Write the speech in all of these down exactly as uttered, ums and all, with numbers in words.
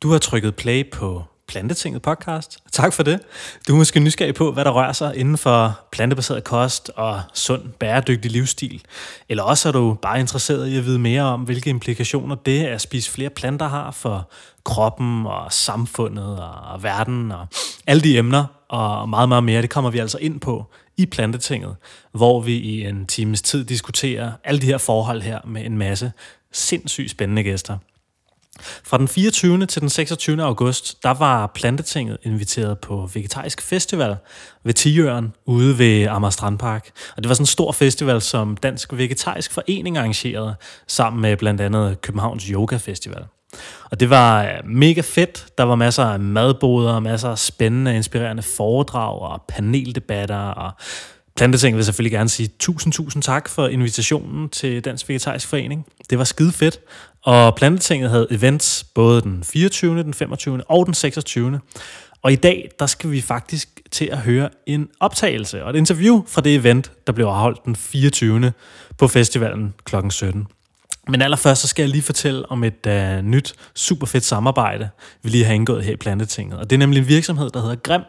Du har trykket play på Plantetinget podcast. Tak for det. Du er måske nysgerrig på, hvad der rører sig inden for plantebaseret kost og sund, bæredygtig livsstil. Eller også er du bare interesseret i at vide mere om, hvilke implikationer det at spise flere planter har for kroppen og samfundet og verden og alle de emner og meget, meget mere. Det kommer vi altså ind på i Plantetinget, hvor vi i en times tid diskuterer alle de her forhold her med en masse sindssygt spændende gæster. Fra den fireogtyvende til den seksogtyvende august, der var Plantetinget inviteret på vegetarisk festival ved Tiøren ude ved Amager Strandpark. Og det var sådan en stor festival, som Dansk Vegetarisk Forening arrangerede sammen med blandt andet Københavns Yoga Festival. Og det var mega fedt. Der var masser af madboder, masser af spændende, inspirerende foredrag og paneldebatter. Og Plantetinget vil selvfølgelig gerne sige tusind, tusind tak for invitationen til Dansk Vegetarisk Forening. Det var skide fedt. Og Plantetinget havde events både den fireogtyvende, den femogtyvende og den seksogtyvende. Og i dag, der skal vi faktisk til at høre en optagelse og et interview fra det event, der blev afholdt den fireogtyvende på festivalen klokken sytten. Men allerførst så skal jeg lige fortælle om et uh, nyt, super fedt samarbejde, vi lige har indgået her i Plantetinget. Og det er nemlig en virksomhed, der hedder Grim.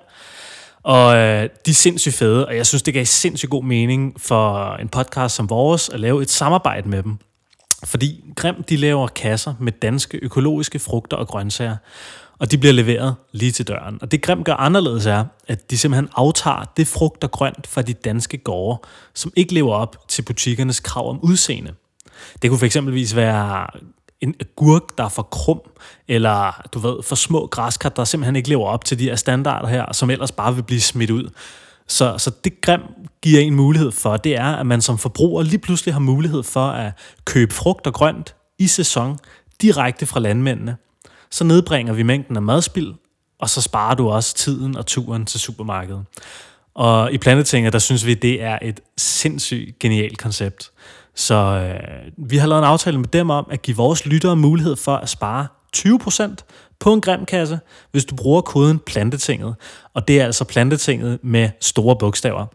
Og øh, de er sindssygt fede, og jeg synes, det gav sindssygt god mening for en podcast som vores at lave et samarbejde med dem. Fordi Grim, de laver kasser med danske økologiske frugter og grøntsager, og de bliver leveret lige til døren. Og det Grim gør anderledes er, at de simpelthen aftager det frugt og grønt fra de danske gårde, som ikke lever op til butikkernes krav om udseende. Det kunne for eksempelvis være en agurk, der er for krum, eller du ved, for små græskar, der simpelthen ikke lever op til de her standarder her, som ellers bare vil blive smidt ud. Så, så det Grim giver en mulighed for, det er, at man som forbruger lige pludselig har mulighed for at købe frugt og grønt i sæson direkte fra landmændene. Så nedbringer vi mængden af madspild, og så sparer du også tiden og turen til supermarkedet. Og i Plantetinget, der synes vi, det er et sindssygt genialt koncept. Så øh, vi har lavet en aftale med dem om at give vores lyttere mulighed for at spare tyve procent på en Grim-kasse, hvis du bruger koden Plantetinget. Og det er altså Plantetinget med store bogstaver.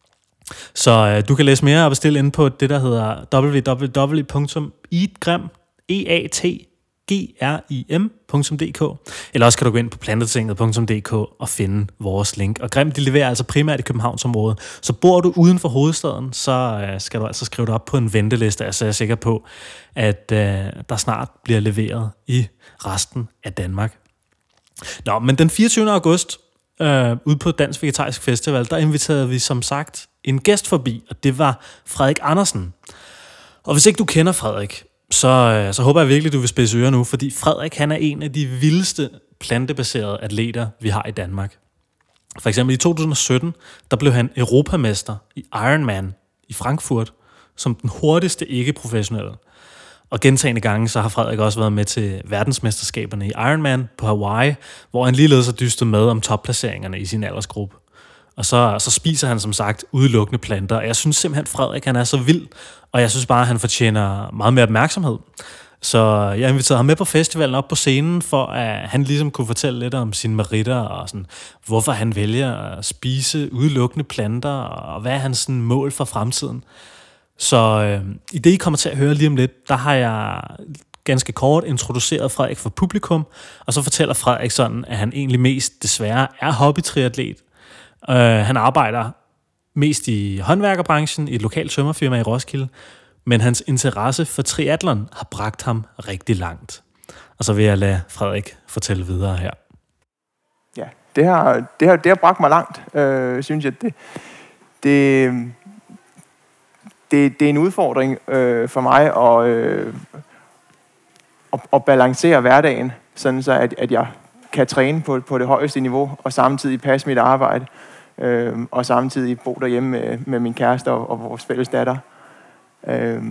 Så øh, du kan læse mere og bestille ind på det, der hedder w w w punktum eatgrim punktum d k. Eller også kan du gå ind på plantetinget punktum d k og finde vores link. Og Grim, de leverer altså primært i Københavnsområdet. Så bor du uden for hovedstaden, så øh, skal du altså skrive dig op på en venteliste. Altså jeg er sikker på, at øh, der snart bliver leveret i resten af Danmark. Nå, men den fireogtyvende august, øh, ude på Dansk Vegetarisk Festival, der inviterede vi som sagt en gæst forbi, og det var Frederik Andersen. Og hvis ikke du kender Frederik, Så, så håber jeg virkelig, du vil spidse ører nu, fordi Frederik, han er en af de vildeste plantebaserede atleter, vi har i Danmark. For eksempel i to tusind og sytten, der blev han europamester i Ironman i Frankfurt, som den hurtigste ikke-professionelle. Og gentagne gange, så har Frederik også været med til verdensmesterskaberne i Ironman på Hawaii, hvor han ligeledes har dystet med om topplaceringerne i sin aldersgruppe. Og så, så spiser han som sagt udelukkende planter. Og jeg synes simpelthen, Frederik han er så vild, og jeg synes bare, han fortjener meget mere opmærksomhed. Så jeg inviterede ham med på festivalen op på scenen, for at han ligesom kunne fortælle lidt om sine meritter, og sådan, hvorfor han vælger at spise udelukkende planter, og hvad er hans sådan, mål for fremtiden. Så øh, i det, I kommer til at høre lige om lidt, der har jeg ganske kort introduceret Frederik for publikum, og så fortæller Frederik sådan, at han egentlig mest desværre er hobbytriatlet. Uh, han arbejder mest i håndværkerbranchen i et lokalt tømmerfirma i Roskilde, men hans interesse for triathlon har bragt ham rigtig langt. Og så vil jeg lade Frederik fortælle videre her. Ja, det har, det har, det har bragt mig langt, øh, synes jeg. Det, det, det, det er en udfordring øh, for mig at, øh, at, at balancere hverdagen, sådan så at, at jeg kan træne på, på det højeste niveau, og samtidig passe mit arbejde, øh, og samtidig bo derhjemme med, med min kæreste og, og vores fælles datter. Øh,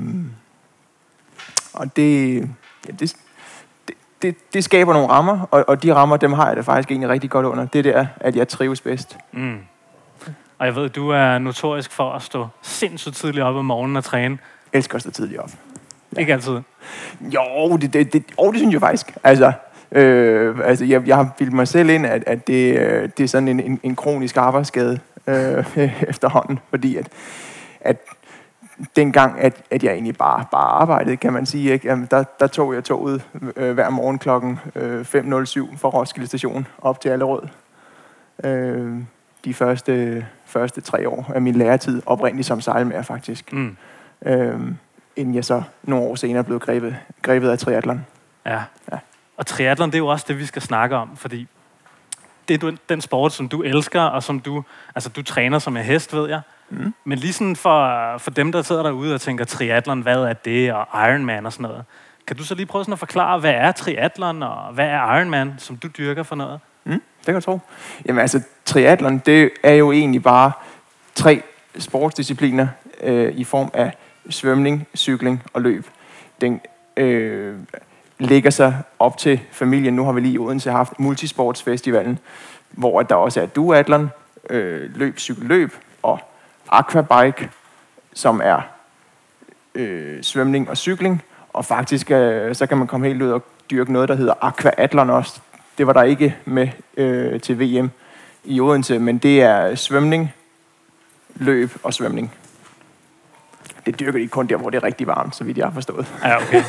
og det, ja, det, det, det skaber nogle rammer, og, og de rammer, dem har jeg det faktisk egentlig rigtig godt under. Det er, at jeg trives bedst. Mm. Og jeg ved, du er notorisk for at stå sindssygt tidligt op om morgenen og træne. Jeg elsker at stå tidligt op. Ja. Ikke altid? Jo, det, det, det, oh, det synes jeg faktisk. Altså, Øh, altså jeg, jeg har bildet mig selv ind, at, at det, øh, det er sådan en, en, en kronisk arbejdsskade øh, efterhånden, fordi at, at dengang, at, at jeg egentlig bare, bare arbejdede, kan man sige. Ikke? Jamen, der, der tog jeg toget øh, hver morgen klokken øh, fem nul syv fra Roskilde Station op til Allerød. Øh, de første, første tre år af min læretid, oprindeligt som sejlmager faktisk. Mm. Øh, inden jeg så nogle år senere blev grebet, grebet af triathlon. Ja. ja, og triathlon, det er jo også det, vi skal snakke om, fordi det er den sport, som du elsker, og som du, altså du træner som en hest, ved jeg. Mm. Men lige sådan for, for dem, der sidder derude og tænker, triathlon, hvad er det, og Ironman og sådan noget. Kan du så lige prøve sådan at forklare, hvad er triathlon, og hvad er Ironman, som du dyrker for noget? Mm, det kan jeg tro. Jamen altså, triathlon, det er jo egentlig bare tre sportsdiscipliner øh, i form af svømning, cykling og løb. Den øh, ligger sig op til familien. Nu har vi lige i Odense haft Multisportsfestivalen, hvor der også er duathlon, øh, løb, cykel, løb og aquabike, som er øh, svømning og cykling. Og faktisk øh, så kan man komme helt ud og dyrke noget, der hedder aquaathlon også. Det var der ikke med øh, til V M i Odense, men det er svømning, løb og svømning. Det dyrker de kun der, hvor det er rigtig varmt, så vidt jeg har forstået. Ja, okay.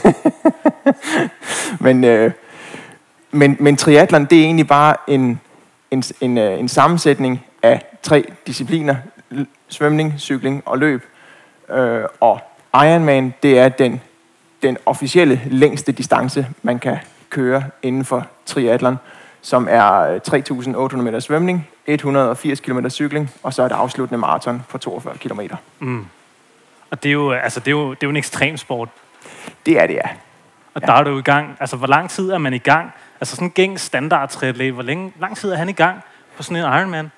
men, øh, men, men triathlon, det er egentlig bare en, en, en, en sammensætning af tre discipliner. Svømning, cykling og løb. Øh, og Ironman, det er den, den officielle længste distance, man kan køre inden for triathlon, som er tre tusind otte hundrede meter svømning, et hundrede og firs kilometer cykling, og så et afsluttende maraton på toogfyrre kilometer. Mm. Og det er jo, altså, det er jo, det er jo en ekstrem sport. Det er det, ja. Og ja. Der er du i gang. Altså, hvor lang tid er man i gang? Altså, sådan en gængs standard triatlet, hvor længe, lang tid er han i gang på sådan en Ironman?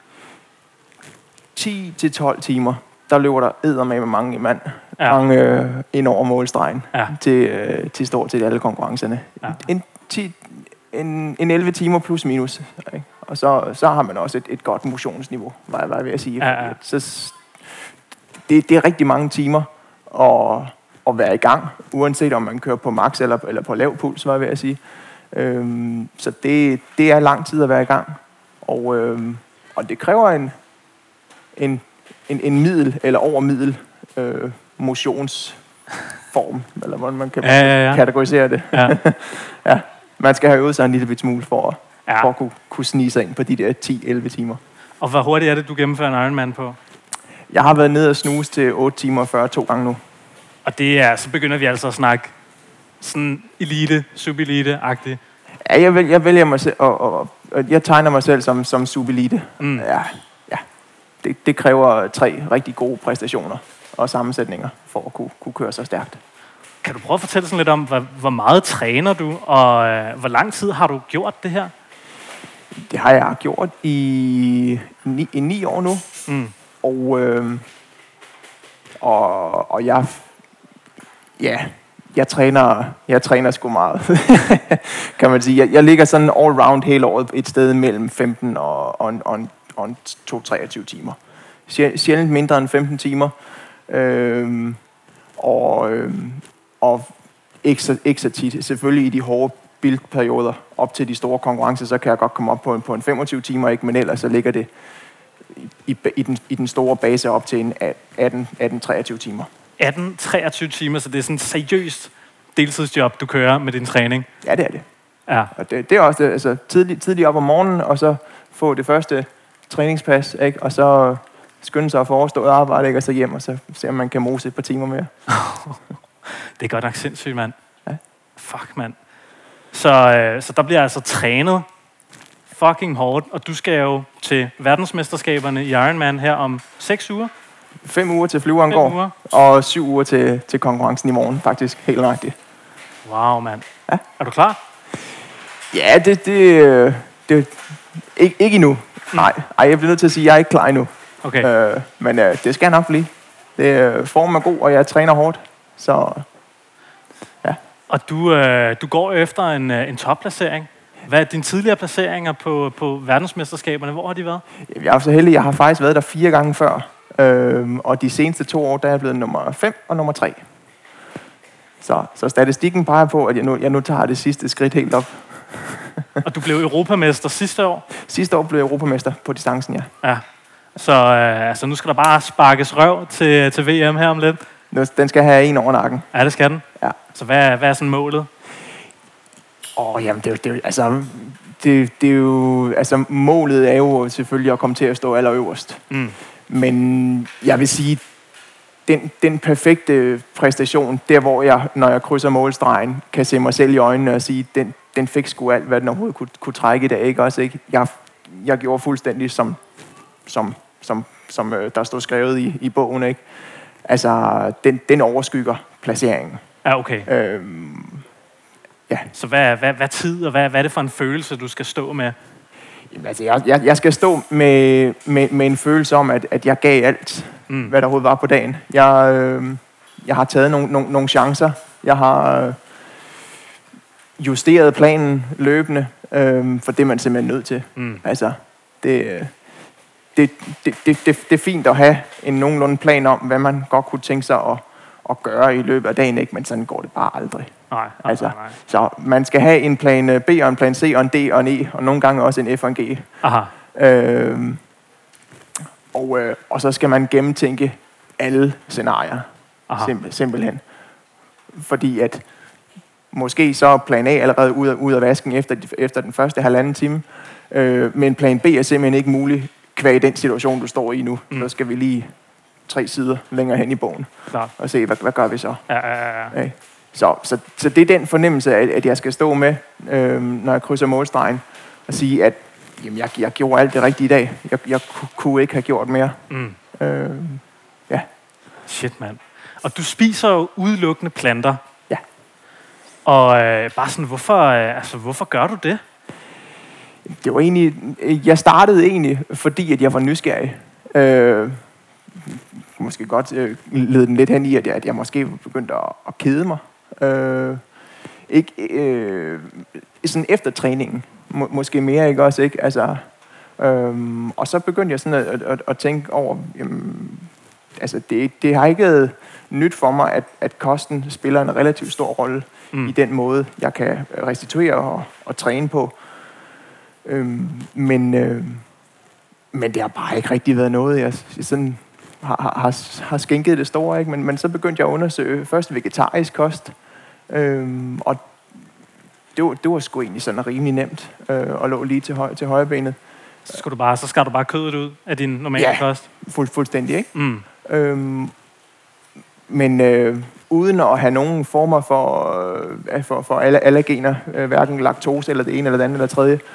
ti til tolv timer. Der løber der eddermame med mange mand. Ja. Mange øh, ind over målstregen ja. til, øh, til stort til alle konkurrencerne. Ja. En, ti, en, en elleve timer plus minus. Ikke? Og så, så har man også et, et godt motionsniveau, var jeg, var jeg ved at sige. Ja, ja. Så, det, det er rigtig mange timer at, at være i gang, uanset om man kører på max eller, eller på lav puls, var jeg ved at sige. Øhm, så det, det er lang tid at være i gang. Og, øhm, og det kræver en, en, en, en middel eller over middel øh, motionsform, eller hvordan man kan ja, ja, ja. kategorisere det. Ja. ja, man skal have øvet sig en lille smule for at, ja. for at kunne, kunne snige sig ind på de der ti til elleve timer. Og hvor hurtigt er det, du gennemfører en Ironman på? Jeg har været nede og snuse til otte timer og fyrre to gange nu. Og det er, så begynder vi altså at snakke sådan elite, subelite-agtigt. Ja, jeg, vælger, jeg vælger mig selv, og, og, og jeg tegner mig selv som, som subelite. Mm. Ja, ja. Det, det kræver tre rigtig gode præstationer og sammensætninger for at kunne, kunne køre så stærkt. Kan du prøve at fortælle sådan lidt om, hvor, hvor meget træner du, og øh, hvor lang tid har du gjort det her? Det har jeg gjort i ni, i ni år nu. Mm. Og, øh, og, og jeg, ja, jeg træner, jeg træner sgu meget, kan man sige. Jeg, jeg ligger sådan all round hele året et sted mellem femten og, og, og, og to til treogtyve timer. Sjældent mindre end femten timer. Øh, og øh, og ikke, så, ikke så tit. Selvfølgelig i de hårde bildperioder op til de store konkurrencer, så kan jeg godt komme op på en, på en femogtyve timer, ikke? Men ellers så ligger det I, i, den, i den store base op til en atten til treogtyve timer. atten til treogtyve timer, så det er sådan et seriøst deltidsjob, du kører med din træning? Ja, det er det. Ja. Og det, det er også det, altså tidligt, tidligt op om morgenen, og så få det første træningspas, ikke? Og så skynde sig at få overstået arbejde, ikke? Og så hjem, og så se, om man kan mose et par timer mere. Det er godt nok sindssygt, mand. Ja. Fuck, mand. Så, øh, så der bliver altså trænet fucking hårdt, og du skal jo til verdensmesterskaberne i Ironman her om seks uger. Fem uger til flyveren går, og syv uger til, til konkurrencen i morgen, faktisk helt nøjagtigt. Wow, mand. Ja. Er du klar? Ja, det... det, det ikke, ikke endnu. Nej, Ej, jeg bliver nødt til at sige, at jeg er ikke klar endnu. Okay. Øh, men øh, det skal jeg nok blive. Det, formen er god, og jeg træner hårdt, så... Ja. Og du, øh, du går efter en, en topplacering. Hvad er dine tidligere placeringer på, på verdensmesterskaberne? Hvor har de været? Jeg er så heldig, jeg har faktisk været der fire gange før. Øhm, og de seneste to år, der er jeg blevet nummer fem og nummer tre. Så, så statistikken peger på, at jeg nu, jeg nu tager det sidste skridt helt op. Og du blev europamester sidste år? Sidste år blev jeg europamester på distancen, ja. Ja. Så øh, altså, nu skal der bare sparkes røv til, til V M her om lidt? Den skal have en over nakken. Ja, det skal den. Ja. Så hvad er, hvad er sådan målet? Åh, oh, jamen, det er jo, det er jo, altså, det, det er jo, altså, målet er jo selvfølgelig at komme til at stå allerøverst. Mm. Men jeg vil sige, den, den perfekte præstation, der hvor jeg, når jeg krydser målstregen, kan se mig selv i øjnene og sige, den, den fik sgu alt, hvad den overhovedet kunne, kunne trække i dag, ikke? Også, ikke? Jeg, jeg gjorde fuldstændig som, som, som, som øh, der stod skrevet i, i bogen, ikke? Altså, den, den overskygger placeringen. Ja, okay. Øhm, ja. Så hvad, hvad, hvad tid, og hvad, hvad er det for en følelse, du skal stå med? Jamen, altså, jeg, jeg, jeg skal stå med, med, med en følelse om, at, at jeg gav alt, mm. hvad der overhovedet var på dagen. Jeg, øh, jeg har taget nogle, nogle, nogle chancer. Jeg har øh, justeret planen løbende, øh, for det er man simpelthen nødt til. Mm. Altså, det, det, det, det, det, det er fint at have en nogenlunde plan om, hvad man godt kunne tænke sig at, at gøre i løbet af dagen, ikke? Men sådan går det bare aldrig. Nej, nej, altså, nej, nej. Så man skal have en plan B og en plan C og en D og en E, og nogle gange også en F og en G. Aha. Øhm, og, øh, og så skal man gennemtænke alle scenarier. Simpel, simpelthen. Fordi at måske så er plan A allerede ud af, ud af vasken efter, efter den første halvanden time, øh, men plan B er simpelthen ikke mulig kvæg den situation, du står i nu. Mm. Så skal vi lige tre sider længere hen i bogen. Klar. Og se, hvad, hvad gør vi så? Ja, ja, ja. Okay. Så, så, så det er den fornemmelse, at, at jeg skal stå med, øh, når jeg krydser målstregen, og sige, at jamen, jeg, jeg gjorde alt det rigtige i dag. Jeg, jeg kunne ikke have gjort mere. Mm. Øh, ja. Shit, mand. Og du spiser jo udelukkende planter. Ja. Og øh, bare sådan, hvorfor, øh, altså, hvorfor gør du det? Det var egentlig, jeg startede egentlig, fordi at jeg var nysgerrig. Øh, måske godt øh, lede den lidt hen i, at jeg, at jeg måske begyndte at, at kede mig. Øh, ikke øh, sådan efter træningen, må, måske mere, ikke også, ikke? Altså, øh, og så begyndte jeg sådan at, at, at tænke over, jamen, altså det, det har ikke været nyt for mig, at, at kosten spiller en relativt stor rolle mm. i den måde, jeg kan restituere og, og træne på. Øh, men, øh, men det har bare ikke rigtig været noget, jeg sådan har, har, har skænket det store, ikke? Men, men så begyndte jeg at undersøge først vegetarisk kost, øhm, og det var, det var sgu egentlig sådan rimelig nemt, øh, og lå lige til, høj, til højrebenet. Så skal du bare, så skal du bare kødet ud af din normale ja, kost? Fuld, fuldstændig, ikke? Mm. Øhm, men øh, uden at have nogen former for, øh, for, for allergener, øh, hverken laktose eller det ene eller det andet eller det tredje,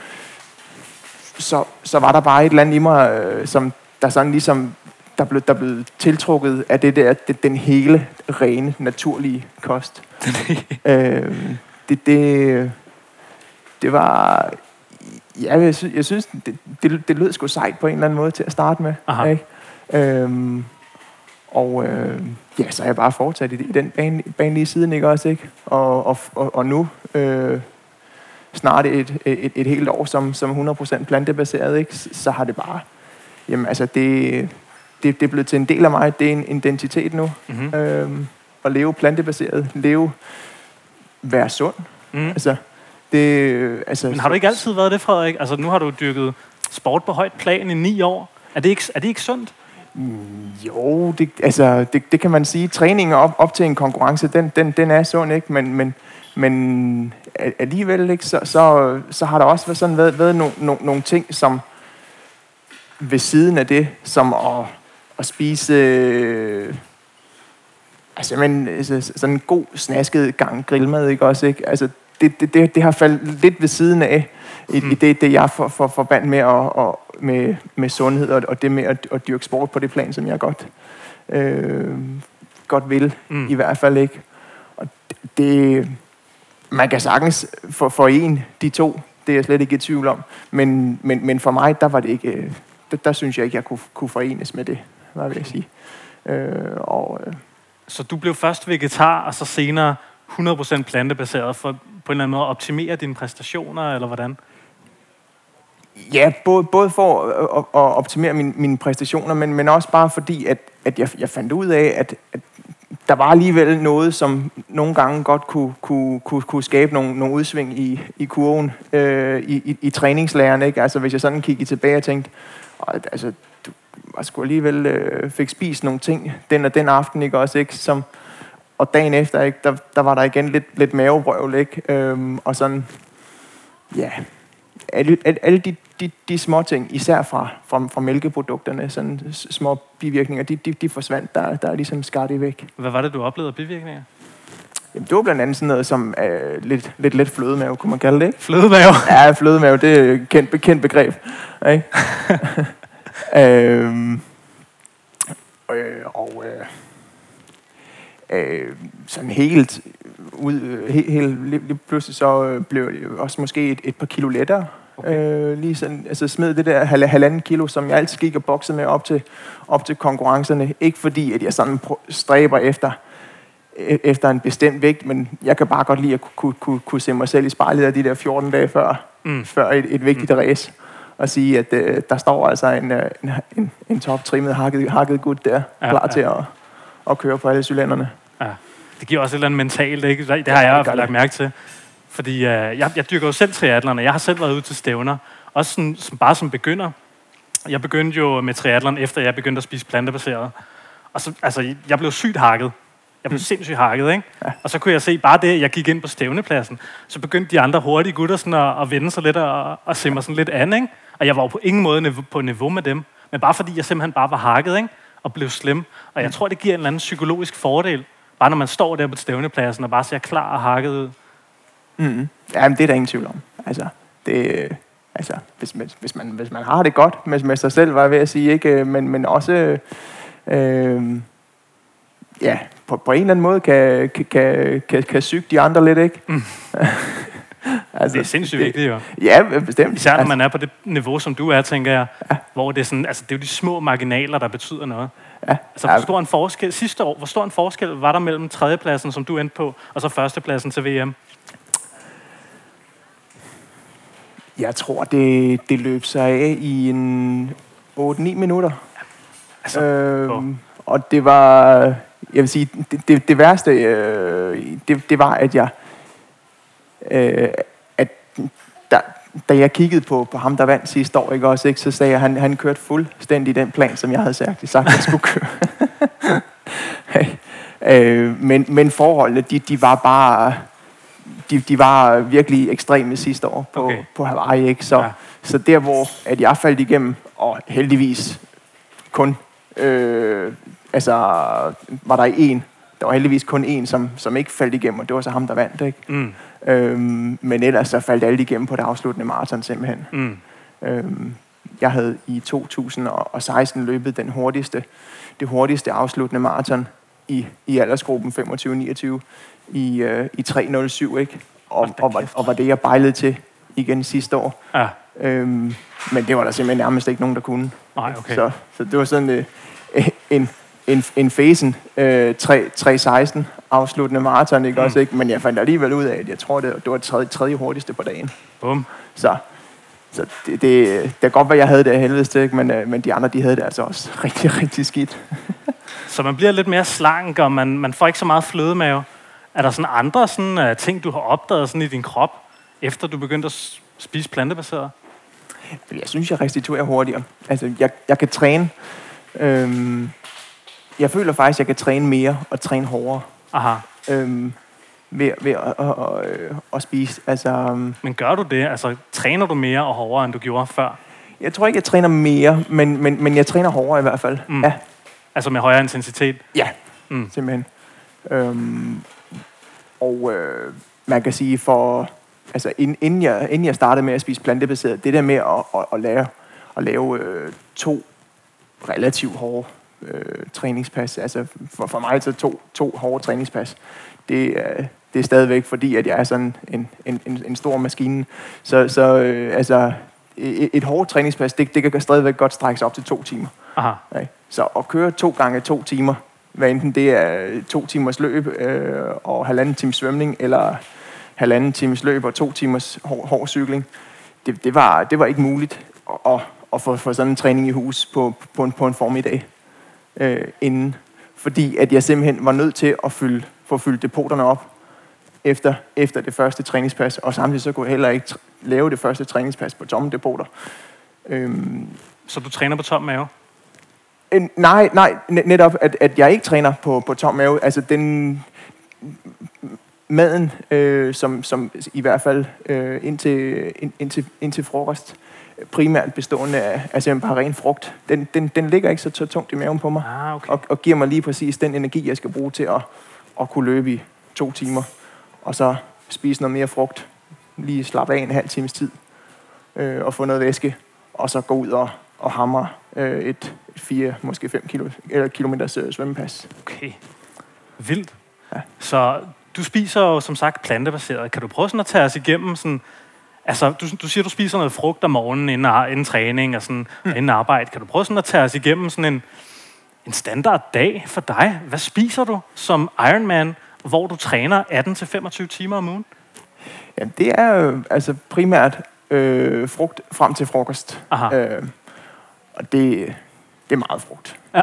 så, så var der bare et eller andet i mig, øh, som der sådan ligesom der blev, der blev tiltrukket af det der, det, den hele, rene, naturlige kost. øh, det, det, det var, ja, jeg synes, jeg synes det, det, det lød sgu sejt på en eller anden måde til at starte med. Ikke? Øhm, og øh, ja, så har jeg bare fortsat i, i den bane, bane lige siden, ikke også, ikke? Og, og, og, og nu, øh, snart et, et, et helt år som, som hundrede procent plantebaseret, ikke? Så har det bare, jamen altså det... Det, det er blevet til en del af mig. Det er en identitet nu. Mm-hmm. Øhm, at leve plantebaseret. Leve... Være sund. Mm. Altså, det, altså, Men har du ikke altid været det, Frederik? Altså, nu har du dyrket sport på højt plan i ni år. Er det ikke, er det ikke sundt? Mm, jo, det, altså, det, det kan man sige. Træningen op, op til en konkurrence, den, den, den er sund, ikke? Men, men, men alligevel, ikke? Så, så, så har der også sådan været, været nogle no, no, ting, som ved siden af det, som at at spise øh, altså, men, altså, sådan en god, snasket gang grillmad, ikke også, ikke? Altså, det, det, det, det har faldet lidt ved siden af i, mm. i det, det, jeg for, for, forbandt med, og, og, med, med sundhed, og, og det med at, at dyrke sport på det plan, som jeg godt, øh, godt vil, mm. i hvert fald, ikke? Og det, man kan sagtens for, for en, de to, det er jeg slet ikke i tvivl om, men, men, men for mig, der var det ikke, der, der synes jeg ikke, jeg kunne, kunne forenes med det. Hvad vil jeg sige. Øh, og, øh. Så du blev først vegetar, og så senere hundrede procent plantebaseret, for på en eller anden måde at optimere dine præstationer, eller hvordan? Ja, både, både for at, at, at optimere mine, mine præstationer, men, men også bare fordi, at, at jeg, jeg fandt ud af, at, at der var alligevel noget, som nogle gange godt kunne, kunne, kunne, kunne skabe nogle, nogle udsving i, i kurven, øh, i, i, i træningslæren, ikke? Altså hvis jeg sådan kiggede tilbage og tænkte, altså, du var sgu alligevel øh, fik spist nogle ting den og den aften, ikke også, ikke? Som, og dagen efter, ikke, der, der var der igen lidt, lidt mavevrøvl, ikke? Øhm, og sådan, ja, alle, alle, alle de, de, de små ting, især fra, fra, fra mælkeprodukterne, sådan små bivirkninger, de, de, de forsvandt, der, der er ligesom skartet væk. Hvad var det, du oplevede af bivirkninger? Jamen, det var blandt andet sådan noget som øh, lidt, lidt, lidt flødemave, kunne man kalde det, ikke? Flødemave? Ja, flødemave, det er et kendt, kendt begreb, ikke? øhm, øh, og øh, øh, sådan helt ud, helt, helt lige pludselig så øh, blev det også måske et, et par kilo lettere. Okay. Øh, lige sådan, altså smed det der hal- halvanden kilo, som jeg altid gik og boksede med op til, op til konkurrencerne. Ikke fordi, at jeg sådan stræber efter, efter en bestemt vægt, men jeg kan bare godt lide at kunne, kunne, kunne se mig selv i spejlet af de der fjorten dage før, mm. før et, et vigtigt mm. race. Og sige, at øh, der står altså en, en, en, en top-trimmet hakket, hakket gut der, ja, klar ja. til at, at køre på alle cylinderne. Ja. Det giver også et eller andet mentalt, ikke? Det har jeg ja, lagt mærke til. Fordi øh, jeg, jeg dyrker jo selv triathlon, og jeg har selv været ude til stævner. Også sådan, som, bare som begynder. Jeg begyndte jo med triathlon, efter jeg begyndte at spise plantebaseret. Og så, altså, jeg blev sygt hakket. Jeg blev mm. sindssygt hakket, ikke? Ja. Og så kunne jeg se, bare det, jeg gik ind på stævnepladsen, så begyndte de andre hurtige gutter sådan at, at vende sig lidt og, og se mig sådan lidt an, ikke? Og jeg var jo på ingen måde niveau, på niveau med dem. Men bare fordi jeg simpelthen bare var hakket, ikke? Og blev slem. Og jeg tror, det giver en eller anden psykologisk fordel, bare når man står der på stævnepladsen og bare ser klar og hakket ud. Mm. Jamen, det er der ingen tvivl om. Altså, det, altså hvis, hvis, man, hvis man har det godt med, med sig selv, var jeg ved at sige, ikke? Men, men også... Øh, ja, på, på en eller anden måde kan, kan, kan, kan, kan syge de andre lidt, ikke? Mm. altså, det er sindssygt vigtigt, jo. Ja, bestemt. Især når man er på det niveau, som du er, tænker jeg, ja. hvor det er sådan, altså det er jo de små marginaler, der betyder noget. Ja. Altså, hvor stor en forskel, sidste år, hvor stor en forskel var der mellem tredjepladsen, som du endte på, og så førstepladsen til V M? Jeg tror, det, det løb sig af i en otte ni minutter. Ja. Altså, øhm, og det var... Jeg vil sige, det, det, det værste, øh, det, det var, at jeg, øh, at da, da jeg kiggede på, på ham, der vandt sidste år, ikke også, ikke, så sagde jeg, at han, han kørte fuldstændig den plan, som jeg havde sagt, sagt at jeg skulle køre. øh, men, men forholdene, de, de var bare, de, de var virkelig ekstreme sidste år på, okay. på Hawaii, ikke? Så, ja. så der, hvor at jeg faldt igennem, og heldigvis kun... Øh, altså, var der en, der var heldigvis kun en, som, som ikke faldt igennem, og det var så ham, der vandt, ikke? Mm. Øhm, men ellers så faldt alle igennem på det afsluttende maraton simpelthen. Mm. Øhm, jeg havde i to tusind og seksten løbet den hurtigste, det hurtigste afsluttende maraton i, i aldersgruppen femogtyve niogtyve i, øh, i tre nul syv, ikke? Og, og, var, og var det, jeg bejlede til igen sidste år. Ja. Øhm, men det var der simpelthen nærmest ikke nogen, der kunne. Nej, okay. Så, så det var sådan øh, en, en, en Fesen øh, tre seksten afsluttende maraton, ikke mm. også, ikke? Men jeg fandt alligevel ud af, at jeg tror, det, det var det tredje, tredje hurtigste på dagen. Bum. Så, så det, det, det er godt, hvad jeg havde det af helvedes til, men, øh, men de andre, de havde det altså også rigtig, rigtig skidt. Så man bliver lidt mere slank, og man, man får ikke så meget flødemave. Er der sådan andre sådan, uh, ting, du har opdaget sådan i din krop, efter du begyndte at spise plantebaseret? Jeg synes, jeg restituerer hurtigere. Altså, jeg, jeg kan træne. Øhm, jeg føler faktisk, at jeg kan træne mere og træne hårdere. Aha. Øhm, ved, ved at, at, at, at, at spise. Altså, um, men gør du det? Altså, træner du mere og hårdere, end du gjorde før? Jeg tror ikke, jeg træner mere, men, men, men jeg træner hårdere i hvert fald. Mm. Ja. Altså med højere intensitet? Ja, mm. simpelthen. Øhm, og øh, man kan sige, for altså inden jeg, inden jeg startede med at spise plantebaseret, det der med at, at, at lave, at lave øh, to relativt hårde øh, træningspas, altså for, for mig så to, to hårde træningspas, det er, det er stadigvæk fordi, at jeg er sådan en, en, en, en stor maskine. Så, så øh, altså et, et hårdt træningspas, det, det kan stadigvæk godt strækkes op til to timer. Aha. Okay. Så at køre to gange to timer, hvad enten det er to timers løb øh, og halvanden times svømning, eller halvanden times løb og to timers hård, hård cykling, det, det, var, det var ikke muligt at, at få, få sådan en træning i hus på, på, en, på en formiddag øh, inden. Fordi at jeg simpelthen var nødt til at fylde, få fyldt depoterne op efter, efter det første træningspas, og samtidig så kunne jeg heller ikke t- lave det første træningspas på tomme depoter. Øhm, så du træner på tom mave? Øh, nej, nej, netop, at, at jeg ikke træner på, på tom mave. Altså, den maden, øh, som, som i hvert fald øh, indtil, ind, indtil, indtil frokost, primært bestående af, af simpelthen bare ren frugt, den, den, den ligger ikke så tungt i maven på mig, ah, okay. og, og giver mig lige præcis den energi, jeg skal bruge til at, at kunne løbe i to timer, og så spise noget mere frugt, lige slappe af en halv times tid, øh, og få noget væske, og så gå ud og, og hamre øh, et, et fire, måske fem kilo, eller kilometers øh, svømmepas. Okay, vildt. Ja. Så du spiser jo som sagt plantebaseret. Kan du prøve sådan at tage os igennem sådan, altså du, du siger, du spiser noget frugt om morgenen inden, inden træning og sådan, mm. inden arbejde. Kan du prøve sådan at tage os igennem sådan en, en standarddag for dig? Hvad spiser du som Ironman, hvor du træner atten til femogtyve timer om ugen? Ja, det er jo altså primært øh, frugt frem til frokost. Øh, og det, det er meget frugt. Ja.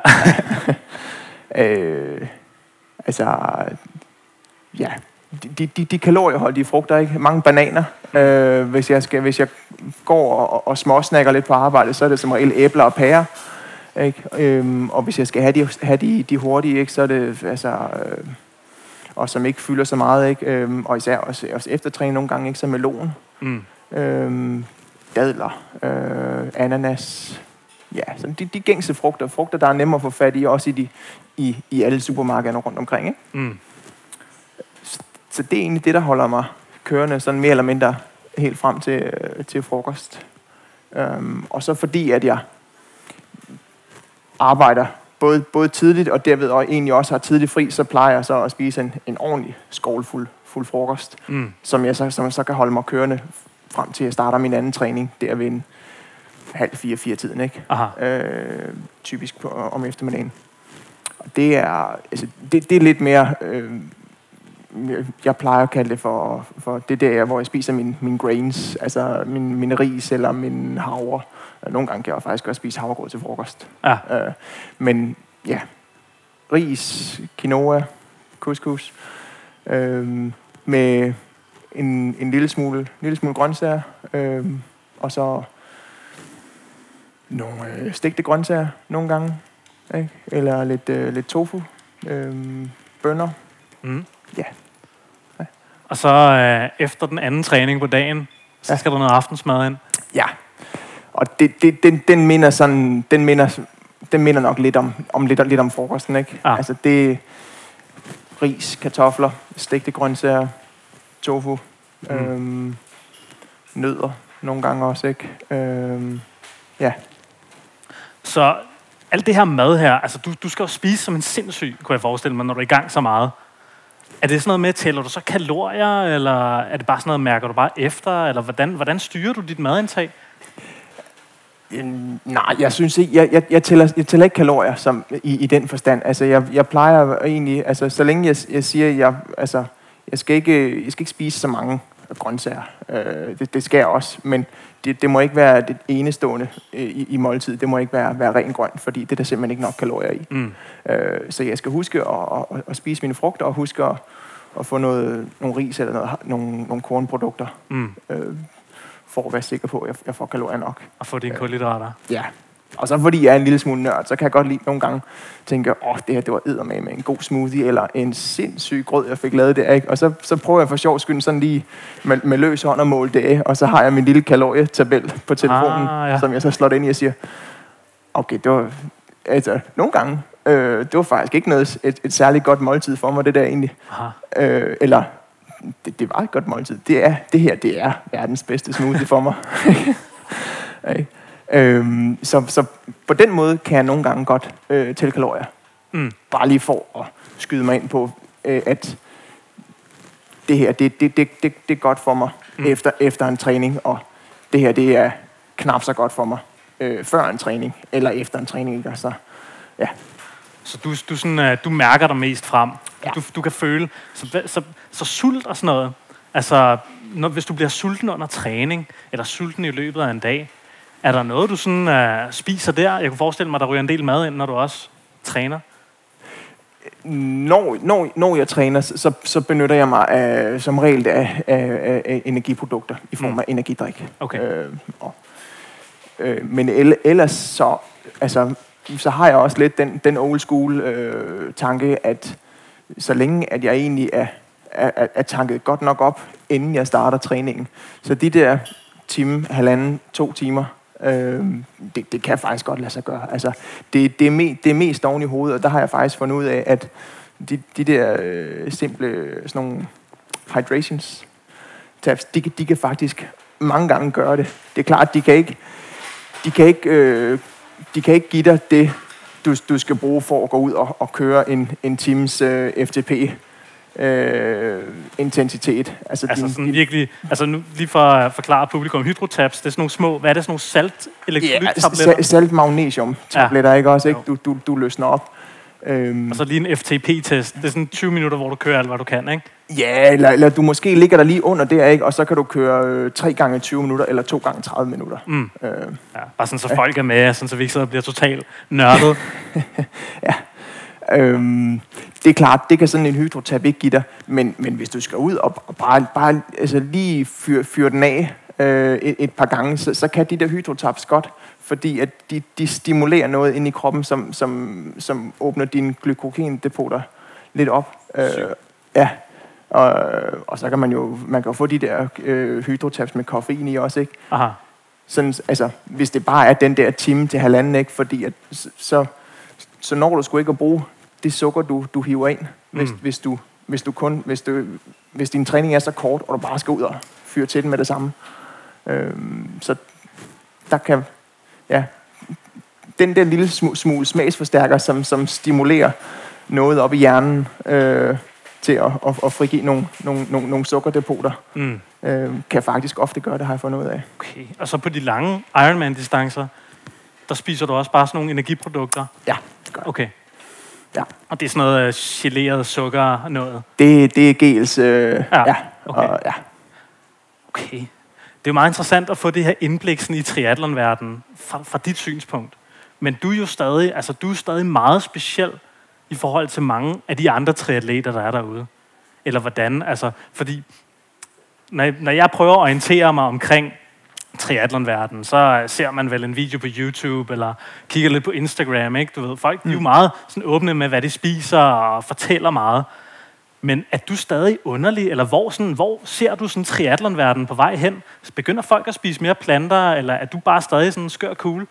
øh, altså, ja, de, de, de kalorieholdige frugter, ikke? Mange bananer. Øh, hvis, jeg skal, hvis jeg går og, og småsnakker lidt på arbejde, så er det som regel æbler og pærer. Ikke? Øhm, og hvis jeg skal have de, have de, de hurtige, ikke, så er det altså... Øh, og som ikke fylder så meget, ikke? Øhm, og især også, også eftertræning nogle gange, ikke? Så melon, mm. øhm, dadler, øh, ananas, ja, så de, de gængse frugter, frugter, der er nemmere at få fat i, også i, de, i, i alle supermarkederne rundt omkring, ikke? Mm. Så, så det er egentlig det, der holder mig kørende, sådan mere eller mindre helt frem til, til frokost. Øhm, og så fordi, at jeg arbejder Både, både tidligt og derved og egentlig også har tidligt fri, så plejer jeg så at spise en, en ordentlig skålfuld fuld frokost, mm. som jeg så, som så kan holde mig kørende frem til, at jeg starter min anden træning der ved en halv fire, fire tiden, ikke? Øh, typisk på, om eftermiddagen. Og det er, altså, det, det er lidt mere, øh, jeg plejer at kalde det for, for det der, hvor jeg spiser min, min grains, altså min, min ris eller min havre. Nogle gange kan jeg faktisk også spise havregrød til frokost. Ja. Øh, men ja, ris, quinoa, couscous, øh, med en, en lille smule, lille smule grøntsager, øh, og så nogle øh, stegte grøntsager nogle gange, ikke? Eller lidt, øh, lidt tofu, øh, bønner. Mm. Ja. ja. Og så øh, efter den anden træning på dagen, så ja. skal der noget aftensmad ind. Ja. Og det, det, den, den minder sådan, den minder, den minder nok lidt om, om lidt, lidt om frokosten, ikke? Ah. Altså det ris, kartofler, stegte grøntsager, tofu, mm. øhm, nødder nogle gange også, ikke? Øhm, ja. Så alt det her mad her, altså du, du skal jo spise som en sindssyg, kunne jeg forestille mig, når du er i gang så meget. Er det sådan noget med, tæller du så kalorier, eller er det bare sådan noget, mærker du bare efter, eller hvordan, hvordan styrer du dit madindtag? Nej, jeg synes ikke, jeg, jeg, jeg, tæller, jeg tæller ikke kalorier som, i, i den forstand. Altså, jeg, jeg plejer egentlig, altså, så længe jeg, jeg siger, jeg, altså, jeg skal ikke, jeg skal ikke spise så mange grøntsager. Øh, det, det skal jeg også, men det, det må ikke være det enestående i, i måltid. Det må ikke være, være ren grønt, fordi det er der simpelthen ikke nok kalorier i. Mm. Øh, så jeg skal huske at, at, at spise mine frugter, og huske at, at få noget, nogle ris eller noget, nogle, nogle kornprodukter. Mm. Øh, for at være sikker på, at jeg får kalorier nok. Og få dine kulhydrater. Ja. Og så fordi jeg er en lille smule nørd, så kan jeg godt lide nogle gange tænke, åh, oh, det her, det var eddermame med en god smoothie, eller en sindssyg grød, jeg fik lavet der, ikke? Og så, så prøver jeg for sjov skyld sådan lige med, med løs hånd at måle det af, og så har jeg min lille kalorietabel på telefonen, ah, ja. som jeg så slår ind i og siger, okay, det var, altså, nogle gange, øh, det var faktisk ikke noget, et, et særligt godt måltid for mig, det der egentlig. Øh, eller, Det, det var et godt måltid. Det, er, det her, det er verdens bedste smoothie for mig. okay. øhm, så, så på den måde kan jeg nogle gange godt øh, tælle kalorier. Mm. Bare lige for at skyde mig ind på, øh, at det her, det, det, det, det, det er godt for mig mm. efter, efter en træning, og det her, det er knap så godt for mig øh, før en træning, eller efter en træning. Ikke? Så, ja. Så du, du, sådan, du mærker dig mest frem. Ja. Du, du kan føle, så, så, så sult og sådan noget. Altså, når, hvis du bliver sulten under træning, eller sulten i løbet af en dag, er der noget, du sådan, uh, spiser der? Jeg kunne forestille mig, at der ryger en del mad ind, når du også træner. Når, når, når jeg træner, så, så benytter jeg mig af, som regel af, af, af energiprodukter i form af mm. energidrik. Okay. Øh, og, øh, men ellers så, altså, så har jeg også lidt den, den old school øh, tanke, at så længe at jeg egentlig er, er, er tanket godt nok op, inden jeg starter træningen. Så de der time, halvanden, to timer, øh, det, det kan faktisk godt lade sig gøre. Altså, det, det, er me, det er mest oven i hovedet, og der har jeg faktisk fundet ud af, at de, de der øh, simple sådan nogle hydrations tabs, de, de kan faktisk mange gange gøre det. Det er klart, de kan ikke, de kan ikke, øh, de kan ikke give dig det, du, du skal bruge for at gå ud og, og køre en, en times øh, F T P. Øh, intensitet. Altså, altså din, sådan din, virkelig, altså nu lige for at forklare publikum, hydrotabs, det er sådan nogle små, hvad er det, sådan nogle salt elektrolyttabletter? Ja, salt magnesium tabletter, ja. Ikke også, ikke? Du, du, du løsner op. Øhm. Og så lige en F T P-test, det er sådan tyve minutter, hvor du kører alt, hvad du kan, ikke? Ja, eller, eller du måske ligger der lige under der, ikke? Og så kan du køre øh, tre gange tyve minutter, eller to gange tredive minutter. Mm. Øh. Ja, bare sådan, så ja. folk er med, sådan, så vi ikke sidder og bliver totalt nørdet. ja. Øhm, det er klart, det kan sådan en hydrotab ikke give dig, men, men hvis du skal ud og, og bare, bare altså lige fyre fyr den af øh, et, et par gange, så, så kan de der hydrotabs godt, fordi at de, de stimulerer noget ind i kroppen, som, som, som åbner dine glykogendepoter lidt op. Øh, ja, og, og så kan man jo man kan jo få de der øh, hydrotabs med koffein i også, ikke? Aha. Sådan, altså, hvis det bare er den der time til halvanden, ikke? Fordi at så så når du sgu ikke at bruge det sukker, du, du hiver ind, hvis, mm. hvis, du, hvis, du kun, hvis, du, hvis din træning er så kort, og du bare skal ud og fyre til den med det samme. Øhm, så der kan, ja, den der lille smule smagsforstærker, som, som stimulerer noget op i hjernen øh, til at, at, at frigive nogle, nogle, nogle, nogle sukkerdepoter, mm. øh, kan faktisk ofte gøre det, har jeg fundet ud af. Okay, og så på de lange Ironman-distancer, der spiser du også bare sådan nogle energiprodukter? Ja, det gør jeg. Okay. Ja. Og det er sådan noget uh, geleret sukker noget? Det, det er gels, øh, ja. ja. Okay. Og, ja. Okay. Det er jo meget interessant at få det her indblik sådan i triathlonverdenen fra, fra dit synspunkt. Men du er jo stadig, altså du er stadig meget speciel i forhold til mange af de andre triatleter, der er derude. Eller hvordan? Altså, fordi når, når jeg prøver at orientere mig omkring triathlonverdenen, så ser man vel en video på YouTube, eller kigger lidt på Instagram, ikke? Du ved, folk mm. de er jo meget sådan åbne med, hvad de spiser, og fortæller meget. Men er du stadig underlig, eller hvor, sådan, hvor ser du sådan triathlonverdenen på vej hen? Begynder folk at spise mere planter, eller er du bare stadig sådan skør cool?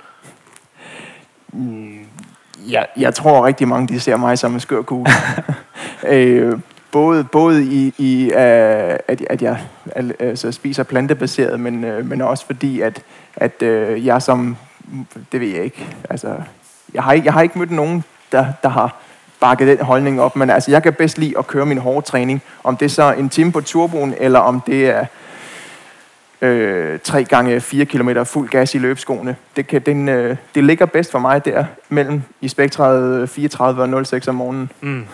Mm, ja, jeg tror rigtig mange, de ser mig som en skør cool. øh, Både, både i, i uh, at, at jeg altså, spiser plantebaseret, men, uh, men også fordi, at, at uh, jeg som, det ved jeg ikke, altså, jeg har ikke, jeg har ikke mødt nogen, der, der har bakket den holdning op, men altså, jeg kan bedst lide at køre min hårde træning, om det er så en time på turboen, eller om det er øh, tre gange fire kilometer fuld gas i løbskoene. Det, kan, den, øh, det ligger bedst for mig der, mellem i spektret fireogtredive og nul seks om morgenen. Mm.